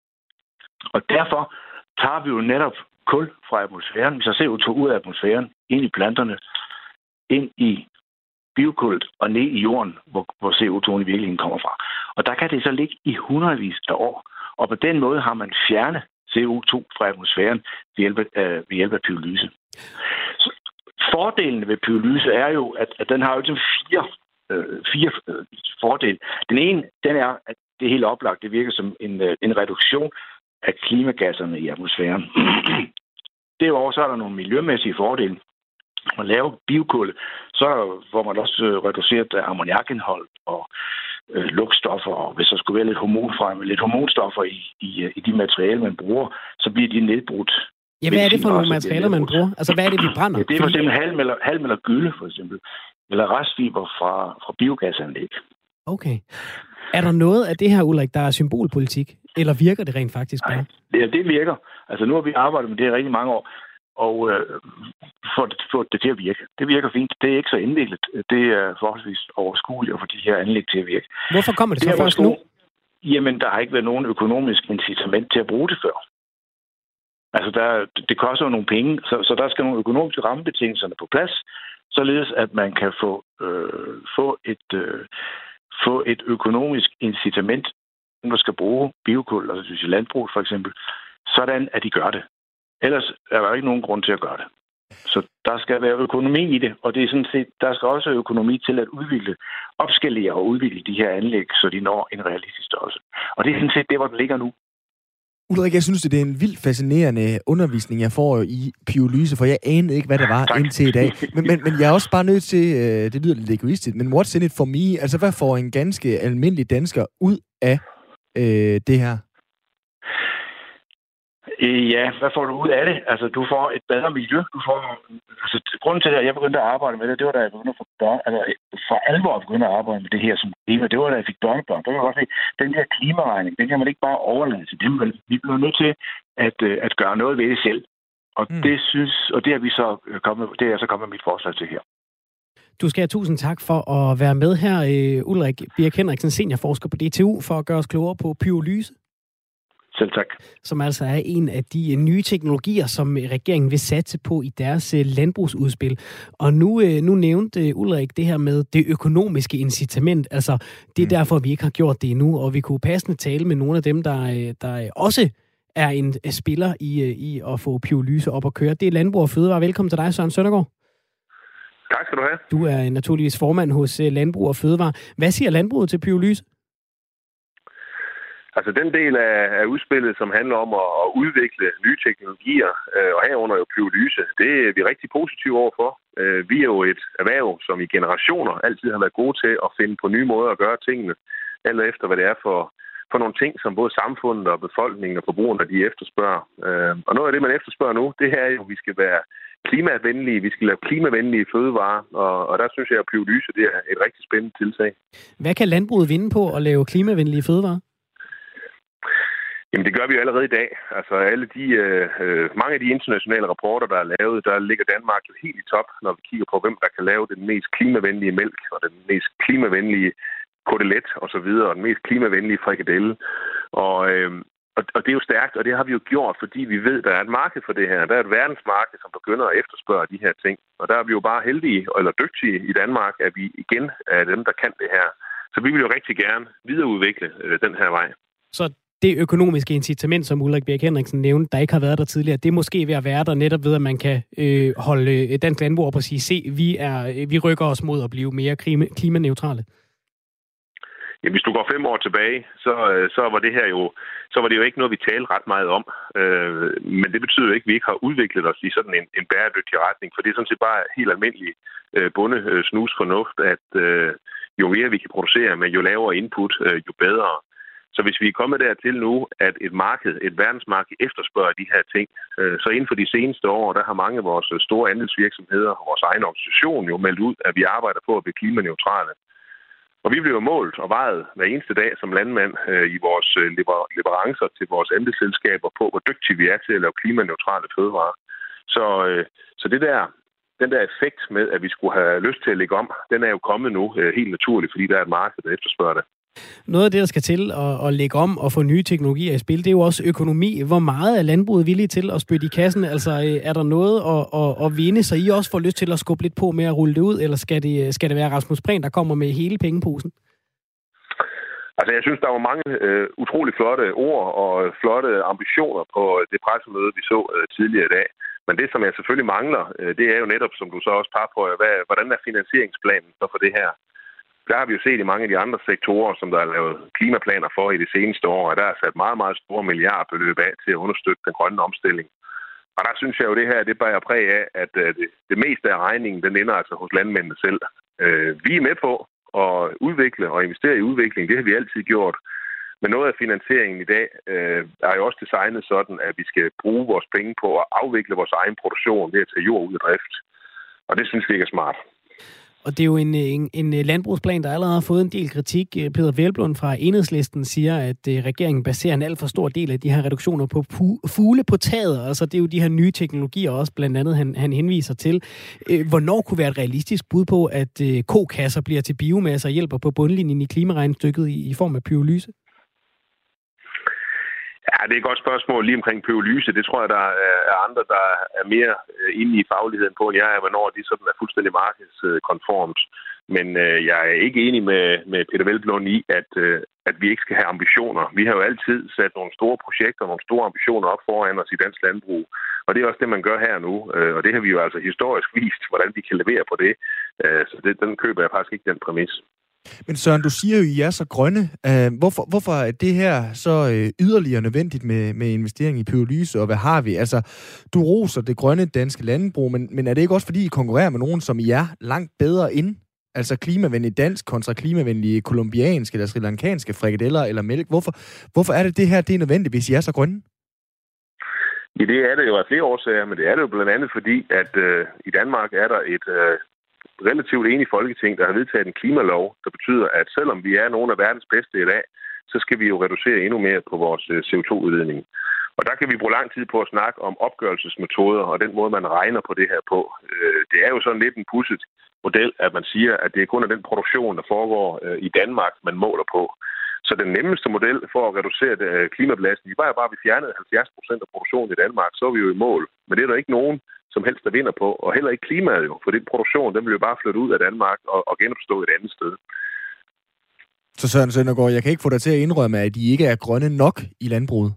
Og derfor tager vi jo netop kul fra atmosfæren, vi tager C O to ud af atmosfæren, ind i planterne, ind i biokullet og ned i jorden, hvor, hvor C O to'en i virkeligheden kommer fra. Og der kan det så ligge i hundredvis af år. Og på den måde har man fjernet C O to fra atmosfæren ved hjælp af, ved hjælp af pyrolyse. Så fordelen ved pyrolyse er jo, at, at den har jo ligesom fire, øh, fire øh, fordele. Den ene, den er, at det er helt oplagt, det virker som en, øh, en reduktion af klimagasserne i atmosfæren. Derudover så er der nogle miljømæssige fordele. Når man laver biokul, så får man også øh, reduceret ammoniakindhold og øh, lugtstoffer, og hvis der skulle være lidt hormonfremme, lidt hormonstoffer i, i, i de materialer, man bruger, så bliver de nedbrudt. Ja, hvad er det for nogle materialer, man bruger? Altså, hvad er det, vi brænder? Ja, det er for eksempel halm eller, halm eller gylde, for eksempel. Eller restfiber fra, fra biogasanlæg. Okay. Er der noget af det her, Ulrik, der er symbolpolitik? Eller virker det rent faktisk bare? Nej, det, det virker. Altså, nu har vi arbejdet med det i rigtig mange år, og øh, få det, få det til at virke. Det virker fint. Det er ikke så indviklet. Det er forholdsvis overskueligt at få de her anlæg til at virke. Hvorfor kommer det så det først nu? Jamen, der har ikke været nogen økonomisk incitament til at bruge det før. Altså, der, det koster jo nogle penge, så, så der skal nogle økonomiske rammebetingelser på plads, således at man kan få, øh, få, et, øh, få et økonomisk incitament, når man skal bruge biokul, altså i landbrug for eksempel, sådan at de gør det. Ellers er der ikke nogen grund til at gøre det. Så der skal være økonomi i det, og det er sådan set, der skal også være økonomi til at udvikle, opskalere og udvikle de her anlæg, så de når en realistisk størrelse. Og det er sådan set det, hvor det ligger nu. Ulrik, jeg synes, det er en vildt fascinerende undervisning, jeg får i pyrolyse, for jeg anede ikke, hvad det var tak. Indtil i dag. Men, men, men jeg er også bare nødt til, øh, det lyder lidt egoistisk, men what's in it for me? Altså, hvad får en ganske almindelig dansker ud af øh, det her? Ja, hvad får du ud af det? Altså, du får et bedre miljø. Du får, altså, grunden til, at jeg begyndte at arbejde med det, det var, da jeg begyndte at få børn, altså, for alvor at begynde at arbejde med det her som klima. Det var, da jeg fik børnebørn. Der kan jeg godt se, den der klimaregning, den kan man ikke bare overlade til dem. Vi bliver nødt til at, at gøre noget ved det selv. Og mm. det synes, og det er vi så kommet, det er så kommet mit forslag til her. Du skal have tusind tak for at være med her, Ulrik Birk Henriksen, seniorforsker på D T U, for at gøre os klogere på pyrolyse. Selv tak. Som altså er en af de nye teknologier, som regeringen vil satse på i deres landbrugsudspil. Og nu, nu nævnte Ulrik det her med det økonomiske incitament. Altså, det er mm. derfor, vi ikke har gjort det endnu, og vi kunne passende tale med nogle af dem, der, der også er en spiller i, i at få pyrolyse op at køre. Det er Landbrug og Fødevare. Velkommen til dig, Søren Søndergaard. Tak skal du have. Du er naturligvis formand hos Landbrug og Fødevare. Hvad siger landbruget til pyrolyse? Altså den del af, af udspillet, som handler om at, at udvikle nye teknologier, øh, og herunder jo pyrolyse, det er vi rigtig positive overfor. Øh, vi er jo et erhverv, som i generationer altid har været gode til at finde på nye måder at gøre tingene, alt efter hvad det er for, for nogle ting, som både samfundet og befolkningen og forbrugerne, de efterspørger. Øh, og noget af det, man efterspørger nu, det her er jo, at vi skal være klimavenlige, vi skal lave klimavenlige fødevarer, og, og der synes jeg, at pyrolyse det er et rigtig spændende tiltag. Hvad kan landbruget vinde på at lave klimavenlige fødevarer? Jamen det gør vi jo allerede i dag. Altså alle de øh, mange af de internationale rapporter, der er lavet, der ligger Danmark jo helt i top, når vi kigger på, hvem der kan lave den mest klimavenlige mælk, og den mest klimavenlige kotelet og så videre, og den mest klimavenlige frikadelle. Og, øh, og, og det er jo stærkt, og det har vi jo gjort, fordi vi ved, der er et marked for det her. Der er et verdensmarked, som begynder at efterspørge de her ting. Og der er vi jo bare heldige, eller dygtige i Danmark, at vi igen er dem, der kan det her. Så vi vil jo rigtig gerne videreudvikle øh, den her vej. Så det økonomiske incitament, som Ulrik Birk Henriksen nævnte, der ikke har været der tidligere, det er måske ved at være der netop ved, at man kan øh, holde dansk landbrug op og sige, se, vi, er, vi rykker os mod at blive mere klimaneutrale. Ja, hvis du går fem år tilbage, så, så var det her jo, så var det jo ikke noget, vi talte ret meget om. Øh, men det betyder jo ikke, at vi ikke har udviklet os i sådan en, en bæredygtig retning, for det er sådan set bare helt almindelig øh, bunde øh, snus fornuft, at øh, jo mere vi kan producere med, jo lavere input, øh, jo bedre. Så hvis vi er kommet dertil nu, at et marked, et verdensmarked efterspørger de her ting, øh, så inden for de seneste år, der har mange af vores store andelsvirksomheder og vores egen organisation jo meldt ud, at vi arbejder på at blive klimaneutrale. Og vi bliver målt og vejet hver eneste dag som landmand øh, i vores øh, lever- leverancer til vores andelsselskaber på, hvor dygtige vi er til at lave klimaneutrale fødevarer. Så, øh, så det der, den der effekt med, at vi skulle have lyst til at lægge om, den er jo kommet nu øh, helt naturligt, fordi der er et marked, der efterspørger det. Noget af det, der skal til at, at lægge om og få nye teknologier i spil, det er jo også økonomi. Hvor meget er landbruget villige til at spytte i kassen? Altså, er der noget at, at, at vinde, så I også får lyst til at skubbe lidt på med at rulle det ud? Eller skal det, skal det være Rasmus Prehn, der kommer med hele pengeposen? Altså, jeg synes, der var mange øh, utrolig flotte ord og flotte ambitioner på det pressemøde, vi så øh, tidligere i dag. Men det, som jeg selvfølgelig mangler, øh, det er jo netop, som du så også par på, hvad, hvordan er finansieringsplanen så for det her? Der har vi jo set i mange af de andre sektorer, som der er lavet klimaplaner for i de seneste år, og der er sat meget, meget store milliardbeløb af til at understøtte den grønne omstilling. Og der synes jeg jo, det her, det bærer præg af, at det, det meste af regningen, den ender altså hos landmændene selv. Vi er med på at udvikle og investere i udvikling, det har vi altid gjort. Men noget af finansieringen i dag er jo også designet sådan, at vi skal bruge vores penge på at afvikle vores egen produktion ved at tage jord ud af drift. Og det synes vi ikke er smart. Og det er jo en, en, en landbrugsplan, der allerede har fået en del kritik. Peder Hvelplund fra Enhedslisten siger, at regeringen baserer en alt for stor del af de her reduktioner på pu- fugle på taget. Altså det er jo de her nye teknologier også, blandt andet han, han henviser til. Hvornår kunne være et realistisk bud på, at kokasser bliver til biomasse og hjælper på bundlinjen i klimaregnestykket i, i form af pyrolyse? Ja, det er et godt spørgsmål lige omkring pyrolyse. Det tror jeg, der er andre, der er mere inde i fagligheden på, end jeg er, hvornår de sådan er fuldstændig markedskonformt. Men øh, jeg er ikke enig med, med Peder Hvelplund i, at, øh, at vi ikke skal have ambitioner. Vi har jo altid sat nogle store projekter, nogle store ambitioner op foran os i dansk landbrug. Og det er også det, man gør her nu. Og det har vi jo altså historisk vist, hvordan vi kan levere på det. Så det, den køber jeg faktisk ikke, den præmis. Men Søren, du siger jo, at I er så grønne. Uh, hvorfor, hvorfor er det her så uh, yderligere nødvendigt med, med investering i pyrolyse, og hvad har vi? Altså, du roser det grønne danske landbrug, men, men er det ikke også, fordi I konkurrerer med nogen, som I er langt bedre ind? Altså klimavenlig dansk kontra klimavenlige kolumbianske eller sri lankanske frikadeller eller mælk. Hvorfor, hvorfor er det det her, det er nødvendigt, hvis I er så grønne? Ja, det er det jo af flere årsager, men det er det jo blandt andet fordi, at øh, i Danmark er der et øh, relativt enigt folketing, der har vedtaget en klimalov, der betyder, at selvom vi er nogle af verdens bedste i dag, så skal vi jo reducere endnu mere på vores øh, C O to udledning. Og der kan vi bruge lang tid på at snakke om opgørelsesmetoder og den måde, man regner på det her på. Øh, det er jo sådan lidt en pudset model, at man siger, at det er kun af den produktion, der foregår øh, i Danmark, man måler på. Så den nemmeste model for at reducere klimabelastningen, var jo bare, at vi fjernede halvfjerds procent af produktionen i Danmark, så er vi jo i mål. Men det er der ikke nogen, som helst der vinder på, og heller ikke klimaet jo, for den produktion, den vil jo bare flytte ud af Danmark og, og genopstå et andet sted. Så Søren Søndergaard, jeg kan ikke få dig til at indrømme, at I ikke er grønne nok i landbruget.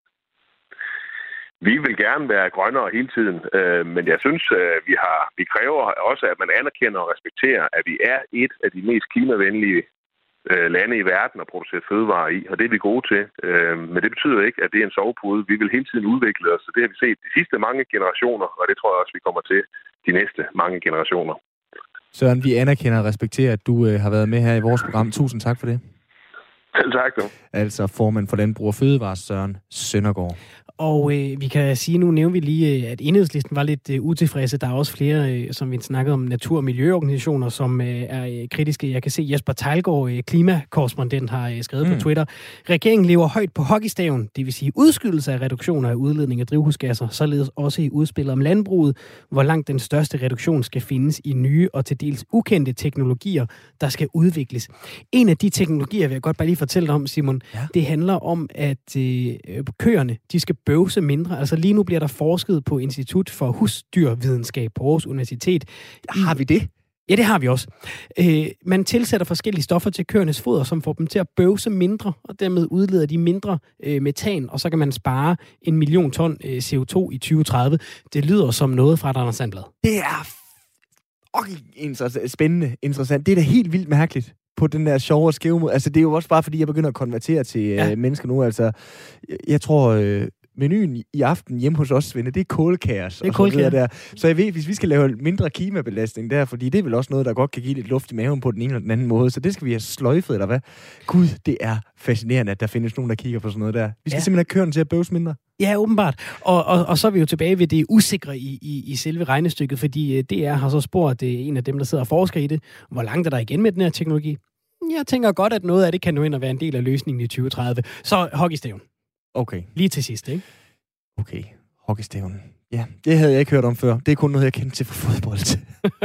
Vi vil gerne være grønnere hele tiden, men jeg synes, vi har vi kræver også, at man anerkender og respekterer, at vi er et af de mest klimavenlige lande i verden at producere fødevarer i, og det er vi gode til. Men det betyder ikke, at det er en sovepude. Vi vil hele tiden udvikle os, og det har vi set de sidste mange generationer, og det tror jeg også, vi kommer til de næste mange generationer. Søren, vi anerkender og respekterer, at du har været med her i vores program. Tusind tak for det. Selv tak, du. Altså formand for Landbrug og Fødevare, Søren Søndergaard. Og øh, vi kan sige, nu nævner vi lige, at Enhedslisten var lidt øh, utilfredse. Der er også flere, øh, som vi snakkede om, natur- og miljøorganisationer, som øh, er øh, kritiske. Jeg kan se, Jesper Teilgaard, øh, klimakorrespondent, har øh, skrevet mm. på Twitter. Regeringen lever højt på hockeystaven, det vil sige udskydelse af reduktioner af udledning af drivhusgasser, således også i udspillet om landbruget, hvor langt den største reduktion skal findes i nye og til dels ukendte teknologier, der skal udvikles. En af de teknologier, vil jeg godt bare lige fortælle om, Simon, ja. Det handler om, at øh, køerne, de skal bøvse mindre. Altså lige nu bliver der forsket på Institut for Husdyrvidenskab på Aarhus Universitet. Har vi det? Ja, det har vi også. Øh, man tilsætter forskellige stoffer til køernes foder, som får dem til at bøvse mindre, og dermed udleder de mindre øh, metan, og så kan man spare en million ton øh, C O to i tyve tredive. Det lyder som noget fra et Anders Sandblad. Det er f- spændende, interessant. Det er da helt vildt mærkeligt på den der sjove og skæve måde. Altså, det er jo også bare, fordi jeg begynder at konvertere til ja. øh, mennesker nu. Altså, jeg, jeg tror... Øh, menuen i aften hjemme hos os, Svende, det er kålkaos. Det er kålkaos. Der. Så jeg ved, hvis vi skal lave mindre klimabelastning der, fordi det er vel også noget, der godt kan give lidt luft i maven på den ene eller den anden måde, så det skal vi have sløjfet, eller hvad? Gud, det er fascinerende, at der findes nogen, der kigger på sådan noget der. Vi skal ja. simpelthen have køerne til at bøvse mindre. Ja, åbenbart. Og, og, og så er vi jo tilbage ved det usikre i, i, i selve regnestykket, fordi D R har så spurgt, det er en af dem, der sidder og forsker i det, hvor langt er der igen med den her teknologi? Jeg tænker godt, at noget af det kan nu ind og være en del af løsningen i tyve tredive. Så hockeystaven. Okay. Lige til sidst, ikke? Okay, hockeystaven. Ja, det havde jeg ikke hørt om før. Det er kun noget, jeg kendte til for fodbold.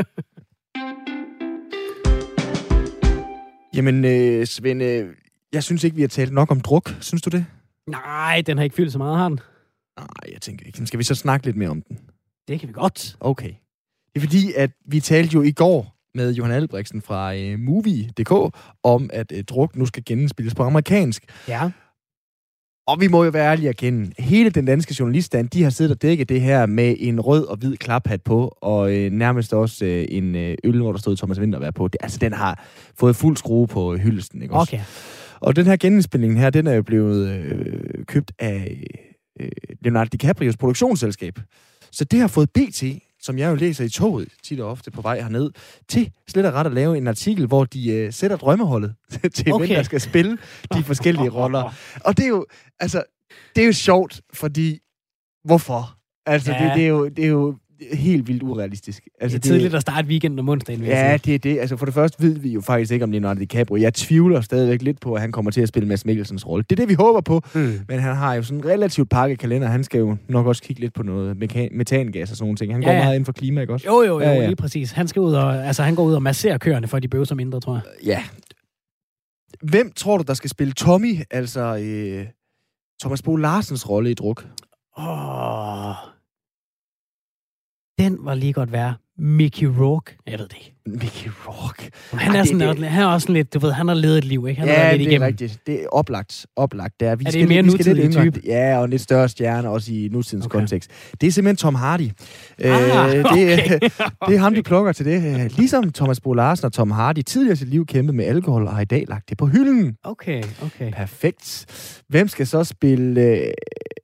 Jamen, øh, Svend, øh, jeg synes ikke, vi har talt nok om druk. Synes du det? Nej, den har ikke fyldt så meget, har den? Nej, jeg tænker ikke. Skal vi så snakke lidt mere om den? Det kan vi godt. Okay. Det er fordi, at vi talte jo i går med Johan Albrechtsen fra øh, Movie punktum d k om, at øh, druk nu skal genspilles på amerikansk. Ja. Og vi må jo være ærlige at kende. Hele den danske journaliststand, de har siddet og dækket det her med en rød og hvid klaphat på, og øh, nærmest også øh, en øh, øl, hvor der stod Thomas Vinterberg på. Det, altså, den har fået fuld skrue på hyldesten, ikke også? Okay. Og den her genindspilning her, den er jo blevet øh, købt af øh, Leonardo DiCaprios produktionsselskab. Så det har fået B T, som jeg jo læser i toget tit og ofte på vej herned, til slet og ret at lave en artikel, hvor de øh, sætter drømmeholdet til, okay. hvem der skal spille de forskellige roller. Og det er jo, altså, det er jo sjovt, fordi, hvorfor? Altså, ja. det, det, er jo, det er jo helt vildt urealistisk. Altså, det er tidligt at starte weekenden om onsdagen, vil jeg Ja, sige. det er det. Altså, for det første ved vi jo faktisk ikke om Leonardo DiCaprio. Jeg tvivler stadigvæk lidt på, at han kommer til at spille Mads Mikkelsens rolle. Det er det, vi håber på. Mm. Men han har jo sådan en relativt pakket kalender. Han skal jo nok også kigge lidt på noget metan- metangas og sådan nogle ting. Han ja, går meget ind for klima, ikke også? Jo, jo, jo, ja, ja. Lige præcis. Han skal ud og, altså, han går ud og masserer køerne, for de bøvser mindre, tror jeg. Ja. Hvem tror du, der skal spille Tommy, altså øh, Thomas Bo Larsens rolle i druk? Åh... den var lige godt være Mickey Rourke. Jeg ved det ikke. Mickey Rourke. Han er, Ej, sådan, det, det. Han er også sådan lidt, du ved, han har levet et liv, ikke? Han ja, har været lidt det igennem. er rigtigt. Det er oplagt. oplagt. Det er, vi er det skal, en mere vi skal nutidig lidt type? Ja, og en lidt større stjerne, også i nutidens okay. kontekst. Det er simpelthen Tom Hardy. Ah, øh, det, okay. det er ham, de plukker til det. Ligesom Thomas Bo Larsen og Tom Hardy tidligere i sit liv kæmpede med alkohol, og har i dag lagt det på hylden. Okay, okay. Perfekt. Hvem skal så spille øh,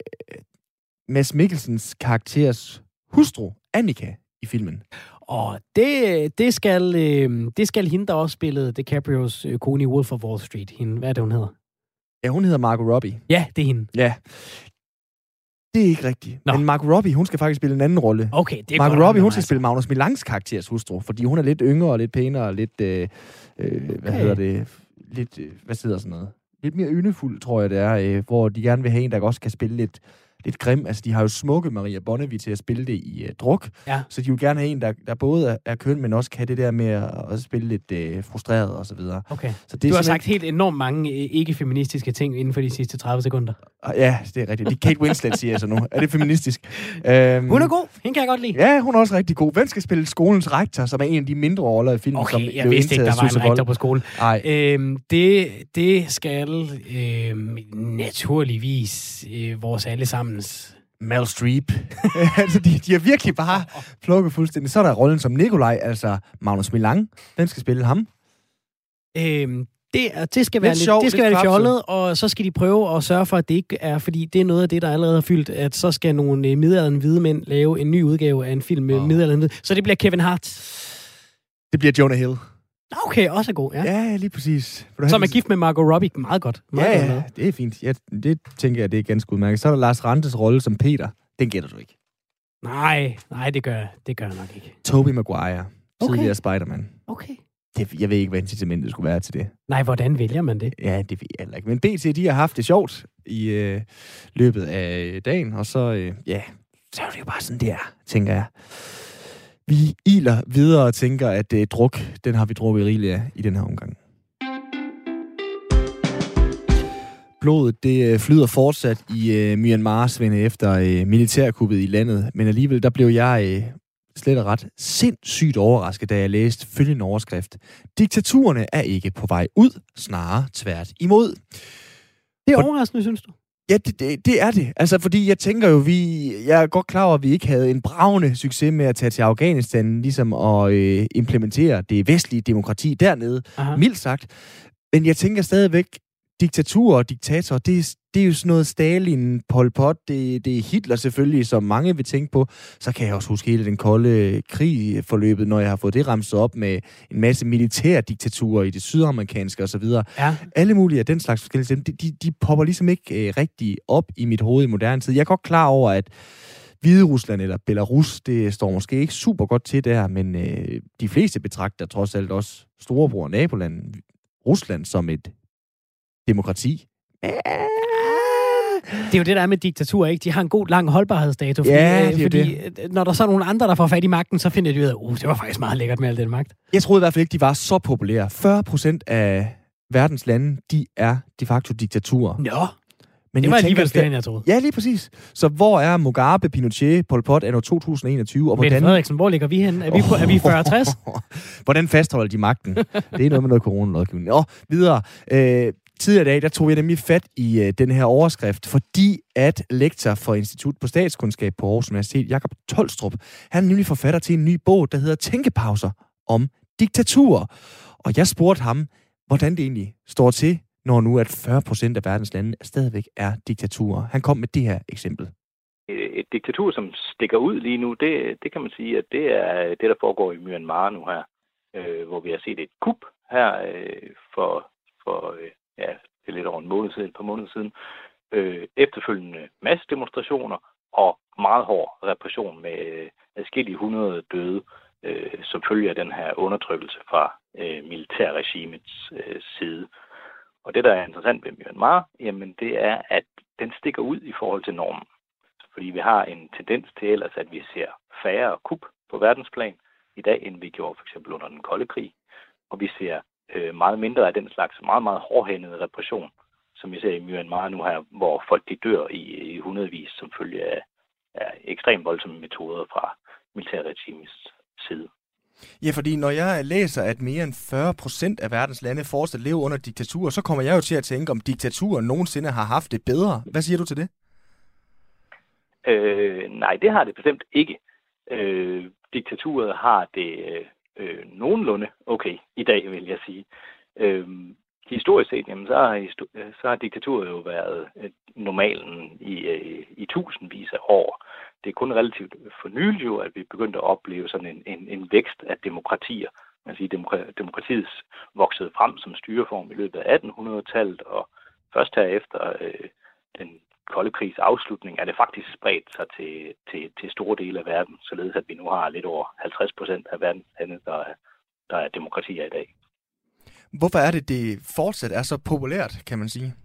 Mads Mikkelsens karakteres hustru, Annika, i filmen? Og det, det, skal, øh, det skal hende, der også spillede DiCaprios øh, kone i Wolf of Wall Street. Hende, hvad er det, hun hedder? Ja, hun hedder Margot Robbie. Ja, det er hende. Ja. Det er ikke rigtigt. Nå. Men Margot Robbie, hun skal faktisk spille en anden rolle. Okay, det er Margot godt, Robbie, hun skal altså. spille Magnus Milans karakteres hustru, fordi hun er lidt yngre og lidt pænere og lidt, øh, øh, hvad okay. hedder det, lidt, øh, hvad hedder sådan noget? Lidt mere yndefuld, tror jeg det er, øh, hvor de gerne vil have en, der også kan spille lidt, lidt grim. Altså, de har jo smukke Maria Bonnevie til at spille det i øh, druk, ja. Så de vil gerne have en, der, der både er, er køn, men også kan det der med at, at spille lidt øh, frustreret og så videre. Okay. Så det du har simpelthen... sagt helt enormt mange øh, ikke-feministiske ting inden for de sidste tredive sekunder. Ja, det er rigtigt. Det er Kate Winslet, siger jeg så nu. Er det feministisk? Øhm, hun er god. Hende kan jeg godt lide. Ja, hun er også rigtig god. Hvem skal spille skolens rektor, som er en af de mindre roller i filmen? Okay, som jeg vidste ikke, der var en rektor på skolen. Nej. Øhm, det, det skal øhm, naturligvis øh, vores allesammens... Meryl Streep. altså, de, de har virkelig bare plukket fuldstændig. Så er der rollen som Nikolaj, altså Magnus Milan. Hvem skal spille ham? Øhm, det, det skal være lidt, sjov, det skal lidt være lidt krabset. fjollet, og så skal de prøve at sørge for, at det ikke er, fordi det er noget af det, der allerede har fyldt, at så skal nogle øh, middelaldrende hvide mænd lave en ny udgave af en film med oh. middelaldrende. Så det bliver Kevin Hart. Det bliver Jonah Hill. Okay, også er god, ja. Ja, lige præcis. Som er gift med Margot Robbie. Meget godt. Meget ja, godt ja, det er fint. Ja, det tænker jeg, det er ganske udmærket. Så er der Lars Rantes rolle som Peter. Den gætter du ikke. Nej, nej, det gør, det gør jeg nok ikke. Tobey Maguire. Tidligere Okay. Spider-Man. Okay. Det, jeg ved ikke, hvad incitamentet skulle være til det. Nej, hvordan vælger man det? Ja, det ved jeg heller ikke. Men B T, de har haft det sjovt i øh, løbet af dagen, og så, øh, ja, så er det jo bare sådan, det er, tænker jeg. Vi iler videre og tænker, at øh, druk, den har vi drukket rigeligt af i den her omgang. Blodet, det øh, flyder fortsat i øh, Myanmar, Svende, efter øh, militærkuppet i landet, men alligevel, der blev jeg øh, slet og ret sindssygt overrasket, da jeg læste følgende overskrift. Diktaturerne er ikke på vej ud, snarere tvært imod. Det er overraskende, synes du? Ja, det, det, det er det. Altså, fordi jeg tænker jo, vi, jeg er godt klar over, at vi ikke havde en bravende succes med at tage til Afghanistan, ligesom at øh, implementere det vestlige demokrati dernede, Aha. mildt sagt. Men jeg tænker stadigvæk, diktaturer og diktatorer, det, det er jo sådan noget Stalin, Pol Pot, det, det er Hitler selvfølgelig, som mange vil tænke på. Så kan jeg også huske hele den kolde krig forløbet, når jeg har fået det ramset op med en masse militærdiktaturer i det sydamerikanske osv. Ja. Alle mulige af den slags forskellige, de, de, de popper ligesom ikke øh, rigtig op i mit hoved i moderne tid. Jeg er godt klar over, at Hvide Rusland eller Belarus, det står måske ikke super godt til der, men øh, de fleste betragter trods alt også storebror og naboland Rusland som et demokrati. Det er jo det, der er med diktatur, ikke? De har en god, lang holdbarhedsdato. Fordi, Ja, øh, det er fordi det. når der så er nogle andre, der får fat i magten, så finder de ud af, uh, det var faktisk meget lækkert med al den magt. Jeg troede i hvert fald ikke, de var så populære. fyrre procent af verdens lande, de er de facto diktaturer. Nå, Men det var jeg alligevel tænker, flere, end jeg troede. Ja, lige præcis. Så hvor er Mugabe, Pinochet, Pol Pot anno to tusind og enogtyve? Og Mette hvordan... Frederiksen, hvor ligger vi henne? Er vi, på, er vi fyrre tres? Hvordan fastholder de magten? Det er noget med noget coronalovgivning. Nå, videre. Øh, tidligere i dag, der tog jeg nemlig fat i øh, den her overskrift, fordi at lektor for Institut på Statskundskab på Aarhus Universitet, Jakob Tolstrup, han er nemlig forfatter til en ny bog, der hedder Tænkepauser om diktatur. Og jeg spurgte ham, hvordan det egentlig står til, når nu at fyrre procent af verdens lande stadigvæk er diktaturer. Han kom med det her eksempel. Et diktatur, som stikker ud lige nu, det, det kan man sige, at det er det, der foregår i Myanmar nu her, øh, hvor vi har set et kup her øh, for, for øh, ja, det er lidt over en måned siden, et par måneder siden, øh, efterfølgende massedemonstrationer og meget hård repression med øh, adskillige hundrede døde, øh, som følger den her undertrykkelse fra øh, militærregimets øh, side. Og det, der er interessant ved Myanmar, jamen det er, at den stikker ud i forhold til normen. Fordi vi har en tendens til ellers, at vi ser færre kup på verdensplan i dag, end vi gjorde for eksempel under den kolde krig. Og vi ser øh, meget mindre af den slags meget, meget hårdhændede repression, som vi ser i Myanmar nu her, hvor folk de dør i, i hundredvis, som følge af, af ekstremt voldsomme metoder fra militærregimets side. Ja, fordi når jeg læser, at mere end fyrre procent af verdens lande fortsat lever under diktatur, så kommer jeg jo til at tænke, om diktaturer nogensinde har haft det bedre. Hvad siger du til det? Øh, nej, det har det bestemt ikke. Øh, diktaturet har det øh, nogenlunde okay i dag, vil jeg sige. Øh, historisk set, jamen, så, har, så har diktaturet jo været normalen i, øh, i tusindvis af år. Det er kun relativt for nylig jo, at vi begyndte at opleve sådan en, en, en vækst af demokratier. Man siger, demokra- demokratiet voksede frem som styreform i løbet af attenhundredetallet, og først herefter øh, den kolde krigs afslutning er det faktisk spredt sig til, til, til store dele af verden, således at vi nu har lidt over halvtreds procent af verdens lande, der er, der er demokratier i dag. Hvorfor er det, det fortsat er så populært, kan man sige?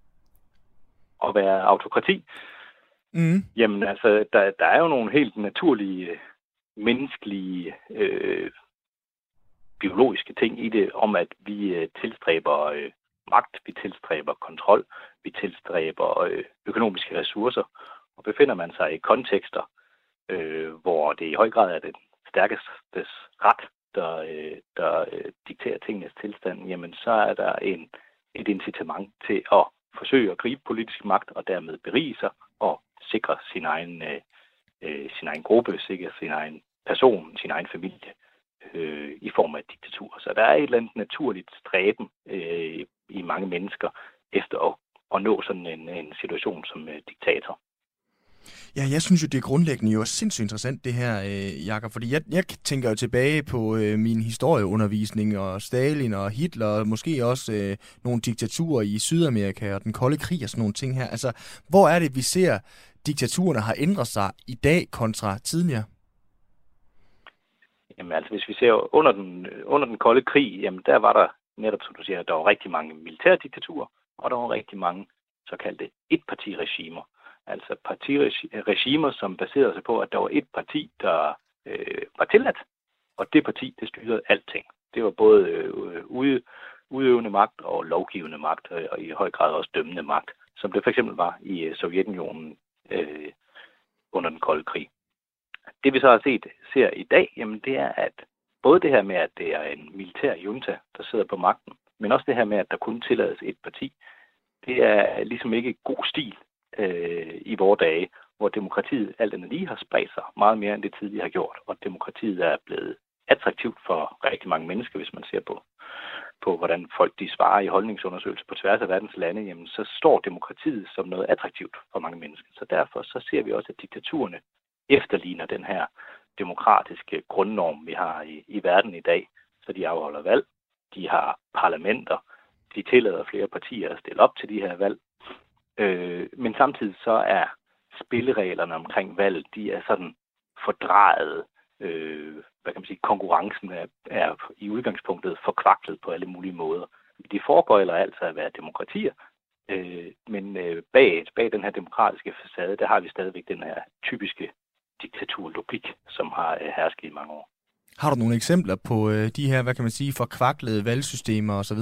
At være autokrati? Mm. Jamen altså, der, der er jo nogle helt naturlige, menneskelige, øh, biologiske ting i det, om at vi øh, tilstræber øh, magt, vi tilstræber kontrol, vi tilstræber øh, økonomiske ressourcer, og befinder man sig i kontekster, øh, hvor det i høj grad er den stærkestes ret, der, øh, der øh, dikterer tingenes tilstand, jamen så er der en, et incitament til at forsøge at gribe politisk magt og dermed berige sig og sikre sin egen, øh, sin egen gruppe, sikre sin egen person, sin egen familie øh, i form af et diktatur. Så der er et eller andet naturligt stræben øh, i mange mennesker efter at, at nå sådan en, en situation som øh, diktator. Ja, jeg synes jo, det er grundlæggende jo sindssygt interessant, det her, øh, Jakob, fordi jeg, jeg tænker jo tilbage på øh, min historieundervisning, og Stalin og Hitler, og måske også øh, nogle diktaturer i Sydamerika, og den kolde krig og sådan nogle ting her. Altså, hvor er det, vi ser, diktaturerne har ændret sig i dag kontra tidligere? Jamen altså, hvis vi ser under den, under den kolde krig, jamen der var der netop, som du siger, der var rigtig mange militærdiktaturer, og der var rigtig mange såkaldte etpartiregimer. Altså partiregimer, som baserede sig på, at der var et parti, der øh, var tilladt, og det parti, det styrede alting. Det var både øh, ude, udøvende magt og lovgivende magt, og, og i høj grad også dømmende magt, som det for eksempel var i øh, Sovjetunionen øh, under den kolde krig. Det vi så har set, ser i dag, jamen det er, at både det her med, at det er en militær junta, der sidder på magten, men også det her med, at der kun tillades et parti, det er ligesom ikke god stil øh, i vore dage, hvor demokratiet alt andet lige har spredt sig meget mere, end det tidligere har gjort, og demokratiet er blevet attraktivt for rigtig mange mennesker, hvis man ser på, på hvordan folk de svarer i holdningsundersøgelser på tværs af verdens lande, jamen så står demokratiet som noget attraktivt for mange mennesker. Så derfor så ser vi også, at diktaturerne efterligner den her demokratiske grundnorm, vi har i, i verden i dag. Så de afholder valg, de har parlamenter, de tillader flere partier at stille op til de her valg. Øh, men samtidig så er spillereglerne omkring valg, de er sådan fordrejet. Øh, hvad kan man sige, konkurrencen er, er i udgangspunktet forkvaklet på alle mulige måder. De foregøjler altså at være demokratier, øh, men øh, bag, bag den her demokratiske facade, der har vi stadigvæk den her typiske diktaturlogik, som har øh, hersket i mange år. Har du nogle eksempler på øh, de her, hvad kan man sige, forkvaklede valgsystemer osv.?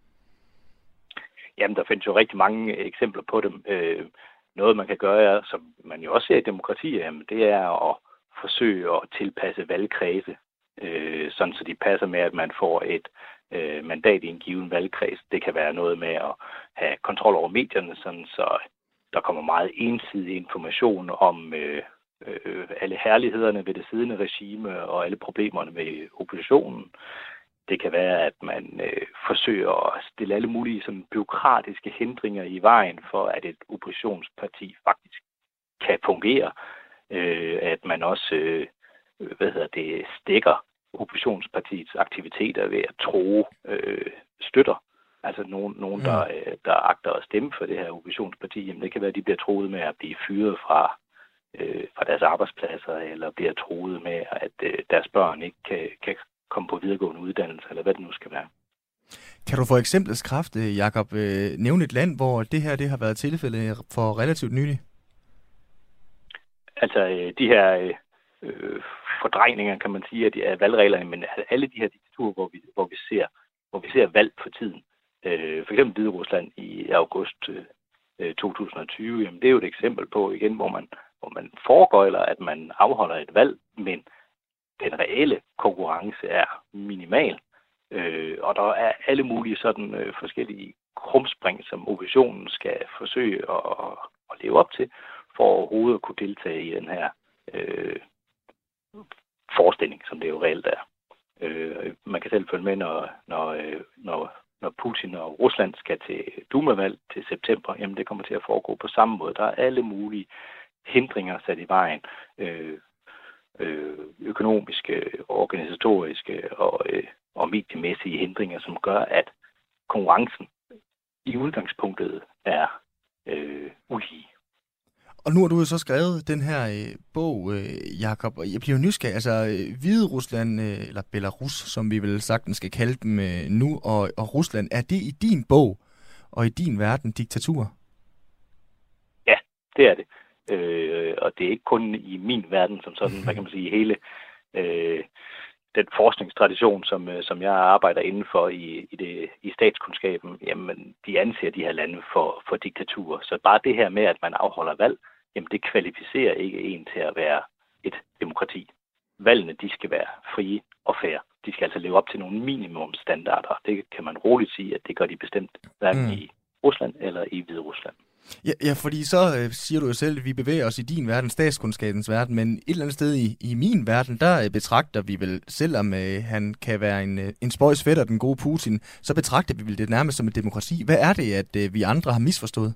Jamen, der findes jo rigtig mange eksempler på dem. Øh, noget, man kan gøre, som man jo også ser i demokratier, jamen, det er at forsøge at tilpasse valgkredse, øh, sådan så de passer med, at man får et øh, mandat i en given valgkreds. Det kan være noget med at have kontrol over medierne, sådan så der kommer meget ensidig information om øh, øh, alle herlighederne ved det siddende regime og alle problemerne med oppositionen. Det kan være, at man øh, forsøger at stille alle mulige sådan, bureaukratiske hindringer i vejen for, at et oppositionsparti faktisk kan fungere. Øh, at man også øh, hvad hedder det, stikker oppositionspartiets aktiviteter ved at true øh, støtter. Altså nogen, nogen der, øh, der agter at stemme for det her oppositionsparti, jamen det kan være, at de bliver truet med at blive fyret fra, øh, fra deres arbejdspladser, eller bliver truet med, at øh, deres børn ikke kan, kan komme på videregående uddannelse, eller hvad det nu skal være. Kan du for eksemplets kraft, Jakob, øh, nævne et land, hvor det her det har været tilfældet for relativt nylig? Altså de her øh, fordrejninger, kan man sige, af, de, af valgreglerne, men alle de her diktaturer, hvor vi, hvor vi, ser, hvor vi ser valg for tiden. Øh, for eksempel Hviderusland i august øh, to tusind og tyve, jamen, det er jo et eksempel på, igen, hvor man, hvor man foregøjler, at man afholder et valg, men den reelle konkurrence er minimal. Øh, og der er alle mulige sådan øh, forskellige krumspring, som oppositionen skal forsøge at, at leve op til, for overhovedet at kunne deltage i den her øh, forestilling, som det jo reelt er. Øh, man kan selv følge med, når, når, når, når Putin og Rusland skal til Duma-valg til september. Jamen, det kommer til at foregå på samme måde. Der er alle mulige hindringer sat i vejen. Øh, øh, økonomiske, organisatoriske og, øh, og mediemæssige hindringer, som gør, at konkurrencen i udgangspunktet er øh, ulige. Og nu har du jo så skrevet den her øh, bog, øh, Jakob, og jeg bliver jo nysgerrig. Altså, øh, Hvide Rusland, øh, eller Belarus, som vi vel sagtens skal kalde dem øh, nu, og, og Rusland, er det i din bog og i din verden diktatur? Ja, det er det. Øh, og det er ikke kun i min verden, som sådan, hvad kan man sige, hele øh, den forskningstradition, som, som jeg arbejder inden for i, i, det, i statskundskaben, jamen, de anser de her lande for, for diktaturer. Så bare det her med, at man afholder valg, jamen, det kvalificerer ikke en til at være et demokrati. Valgene, de skal være frie og fair. De skal altså leve op til nogle minimumstandarder. Det kan man roligt sige, at det gør de bestemt, hverken mm. i Rusland eller i Hvide Rusland. Ja, ja, fordi så øh, siger du jo selv, at vi bevæger os i din verden, statskundskabens verden, men et eller andet sted i, i min verden, der øh, betragter vi vel, selvom øh, han kan være en, øh, en spøjs fætter, den gode Putin, så betragter vi vel det nærmest som et demokrati. Hvad er det, at øh, vi andre har misforstået?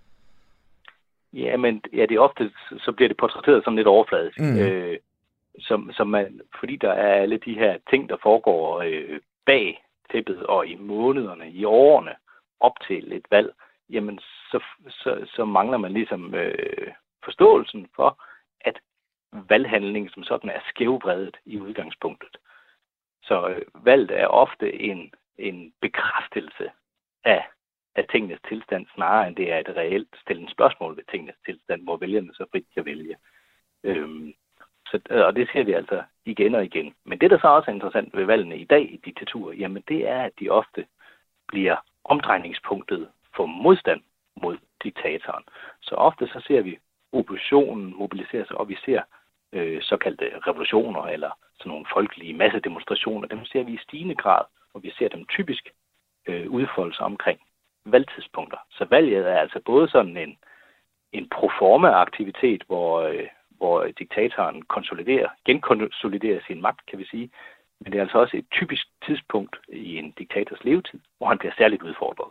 Ja, men ja, det er ofte, så bliver det portrætteret som lidt overfladisk. Mm. Øh, som, som man, fordi der er alle de her ting, der foregår øh, bag tæppet og i månederne, i årene op til et valg, jamen så, så, så mangler man ligesom øh, forståelsen for, at valghandlingen som sådan er skævvredet i udgangspunktet. Så øh, valget er ofte en, en bekræftelse af, af tingenes tilstand, snarere end det er et reelt stillende spørgsmål ved tingenes tilstand, hvor vælgerne så frit kan vælge. Øhm, så, og det ser vi altså igen og igen. Men det, der så også er interessant ved valgene i dag i diktaturer, jamen det er, at de ofte bliver omdrejningspunktet for modstand mod diktatoren. Så ofte så ser vi oppositionen mobilisere sig, og vi ser øh, såkaldte revolutioner eller sådan nogle folkelige massedemonstrationer. Dem ser vi i stigende grad, og vi ser dem typisk øh, udfolde sig omkring valgtidspunkter. Så valget er altså både sådan en, en proforma-aktivitet, hvor, øh, hvor diktatoren konsoliderer, genkonsoliderer sin magt, kan vi sige. Men det er altså også et typisk tidspunkt i en diktators levetid, hvor han bliver særligt udfordret.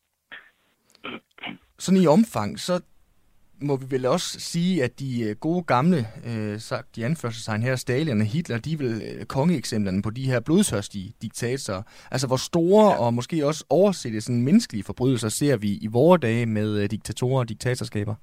Sådan i omfang, så må vi vel også sige, at de gode gamle, øh, sagt de anførselstegn her, Stalin og Hitler, de er vel øh, kongeeksemplerne på de her blodtørstige diktatorer. Altså hvor store ja. og måske også oversette sådan menneskelige forbrydelser ser vi i vore dage med øh, diktatorer og diktatorskaber?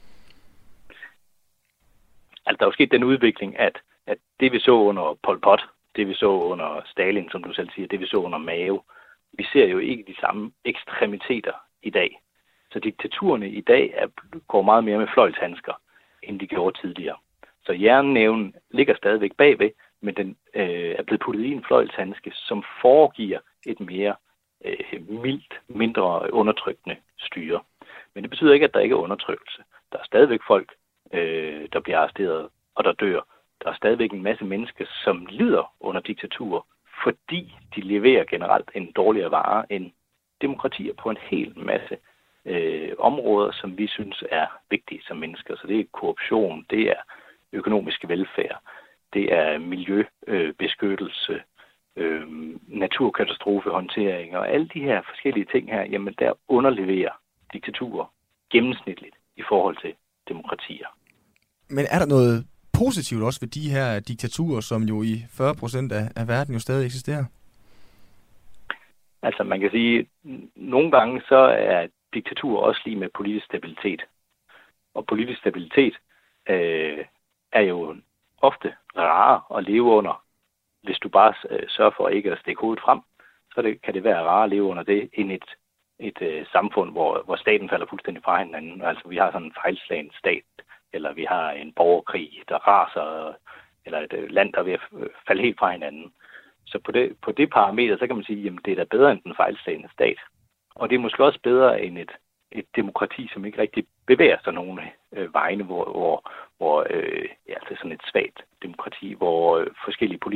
Altså der er jo sket den udvikling, at, at det vi så under Pol Pot, det vi så under Stalin, som du selv siger, det vi så under Mao, vi ser jo ikke de samme ekstremiteter i dag. Så diktaturerne i dag er, går meget mere med fløjlshandsker, end de gjorde tidligere. Så jernnæven ligger stadigvæk bagved, men den øh, er blevet puttet i en fløjlshandske, som foregiver et mere øh, mildt, mindre undertrykkende styre. Men det betyder ikke, at der ikke er undertrykkelse. Der er stadigvæk folk, øh, der bliver arresteret og der dør. Der er stadigvæk en masse mennesker, som lider under diktaturer, fordi de leverer generelt en dårligere vare end demokratier på en hel masse øh, områder, som vi synes er vigtige som mennesker. Så det er korruption, det er økonomisk velfærd, det er miljøbeskyttelse, øh, naturkatastrofehåndtering og alle de her forskellige ting her, jamen der underleverer diktaturer gennemsnitligt i forhold til demokratier. Men er der noget positivt også ved de her diktaturer, som jo i fyrre procent af, af verden jo stadig eksisterer? Altså man kan sige, at nogle gange så er diktatur også lige med politisk stabilitet. Og politisk stabilitet øh, er jo ofte rarere at leve under. Hvis du bare øh, sørger for ikke at stikke hovedet frem, så det, kan det være rarere at leve under det end et, et øh, samfund, hvor, hvor staten falder fuldstændig fra hinanden. Altså vi har sådan en fejlslagen stat, eller vi har en borgerkrig, der raser, eller et land, der er ved at falde helt fra hinanden. Så på det, på det parameter, så kan man sige, at det er da bedre end den fejlslagende stat. Og det er måske også bedre end et, et demokrati, som ikke rigtig bevæger sig nogle øh, vegne, hvor, hvor, hvor øh, ja, altså sådan et svagt demokrati, hvor øh, forskellige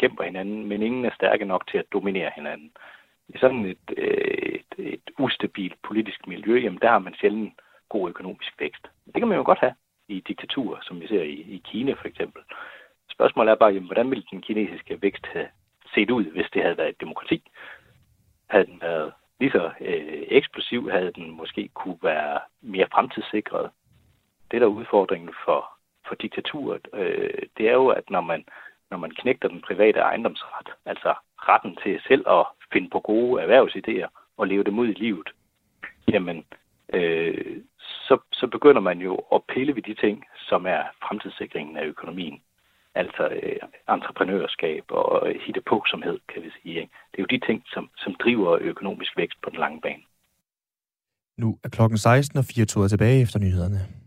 bekæmper hinanden, men ingen er stærke nok til at dominere hinanden. I sådan et, et, et ustabilt politisk miljø, jamen der har man sjældent god økonomisk vækst. Det kan man jo godt have i diktaturer, som vi ser i, i Kina for eksempel. Spørgsmålet er bare, jamen, hvordan ville den kinesiske vækst have set ud, hvis det havde været et demokrati? Havde den været lige så øh, eksplosiv, havde den måske kunne være mere fremtidssikret. Det der er udfordringen for, for diktaturet, øh, det er jo, at når man, når man knægter den private ejendomsret, altså retten til selv at finde på gode erhvervsidéer og leve dem ud i livet, jamen, øh, så, så begynder man jo at pille ved de ting, som er fremtidssikringen af økonomien. Altså øh, entreprenørskab og hittepåsomhed, kan vi sige. Ikke? Det er jo de ting, som, som driver økonomisk vækst på den lange bane. Nu er klokken seksten, og fire toger tilbage efter nyhederne.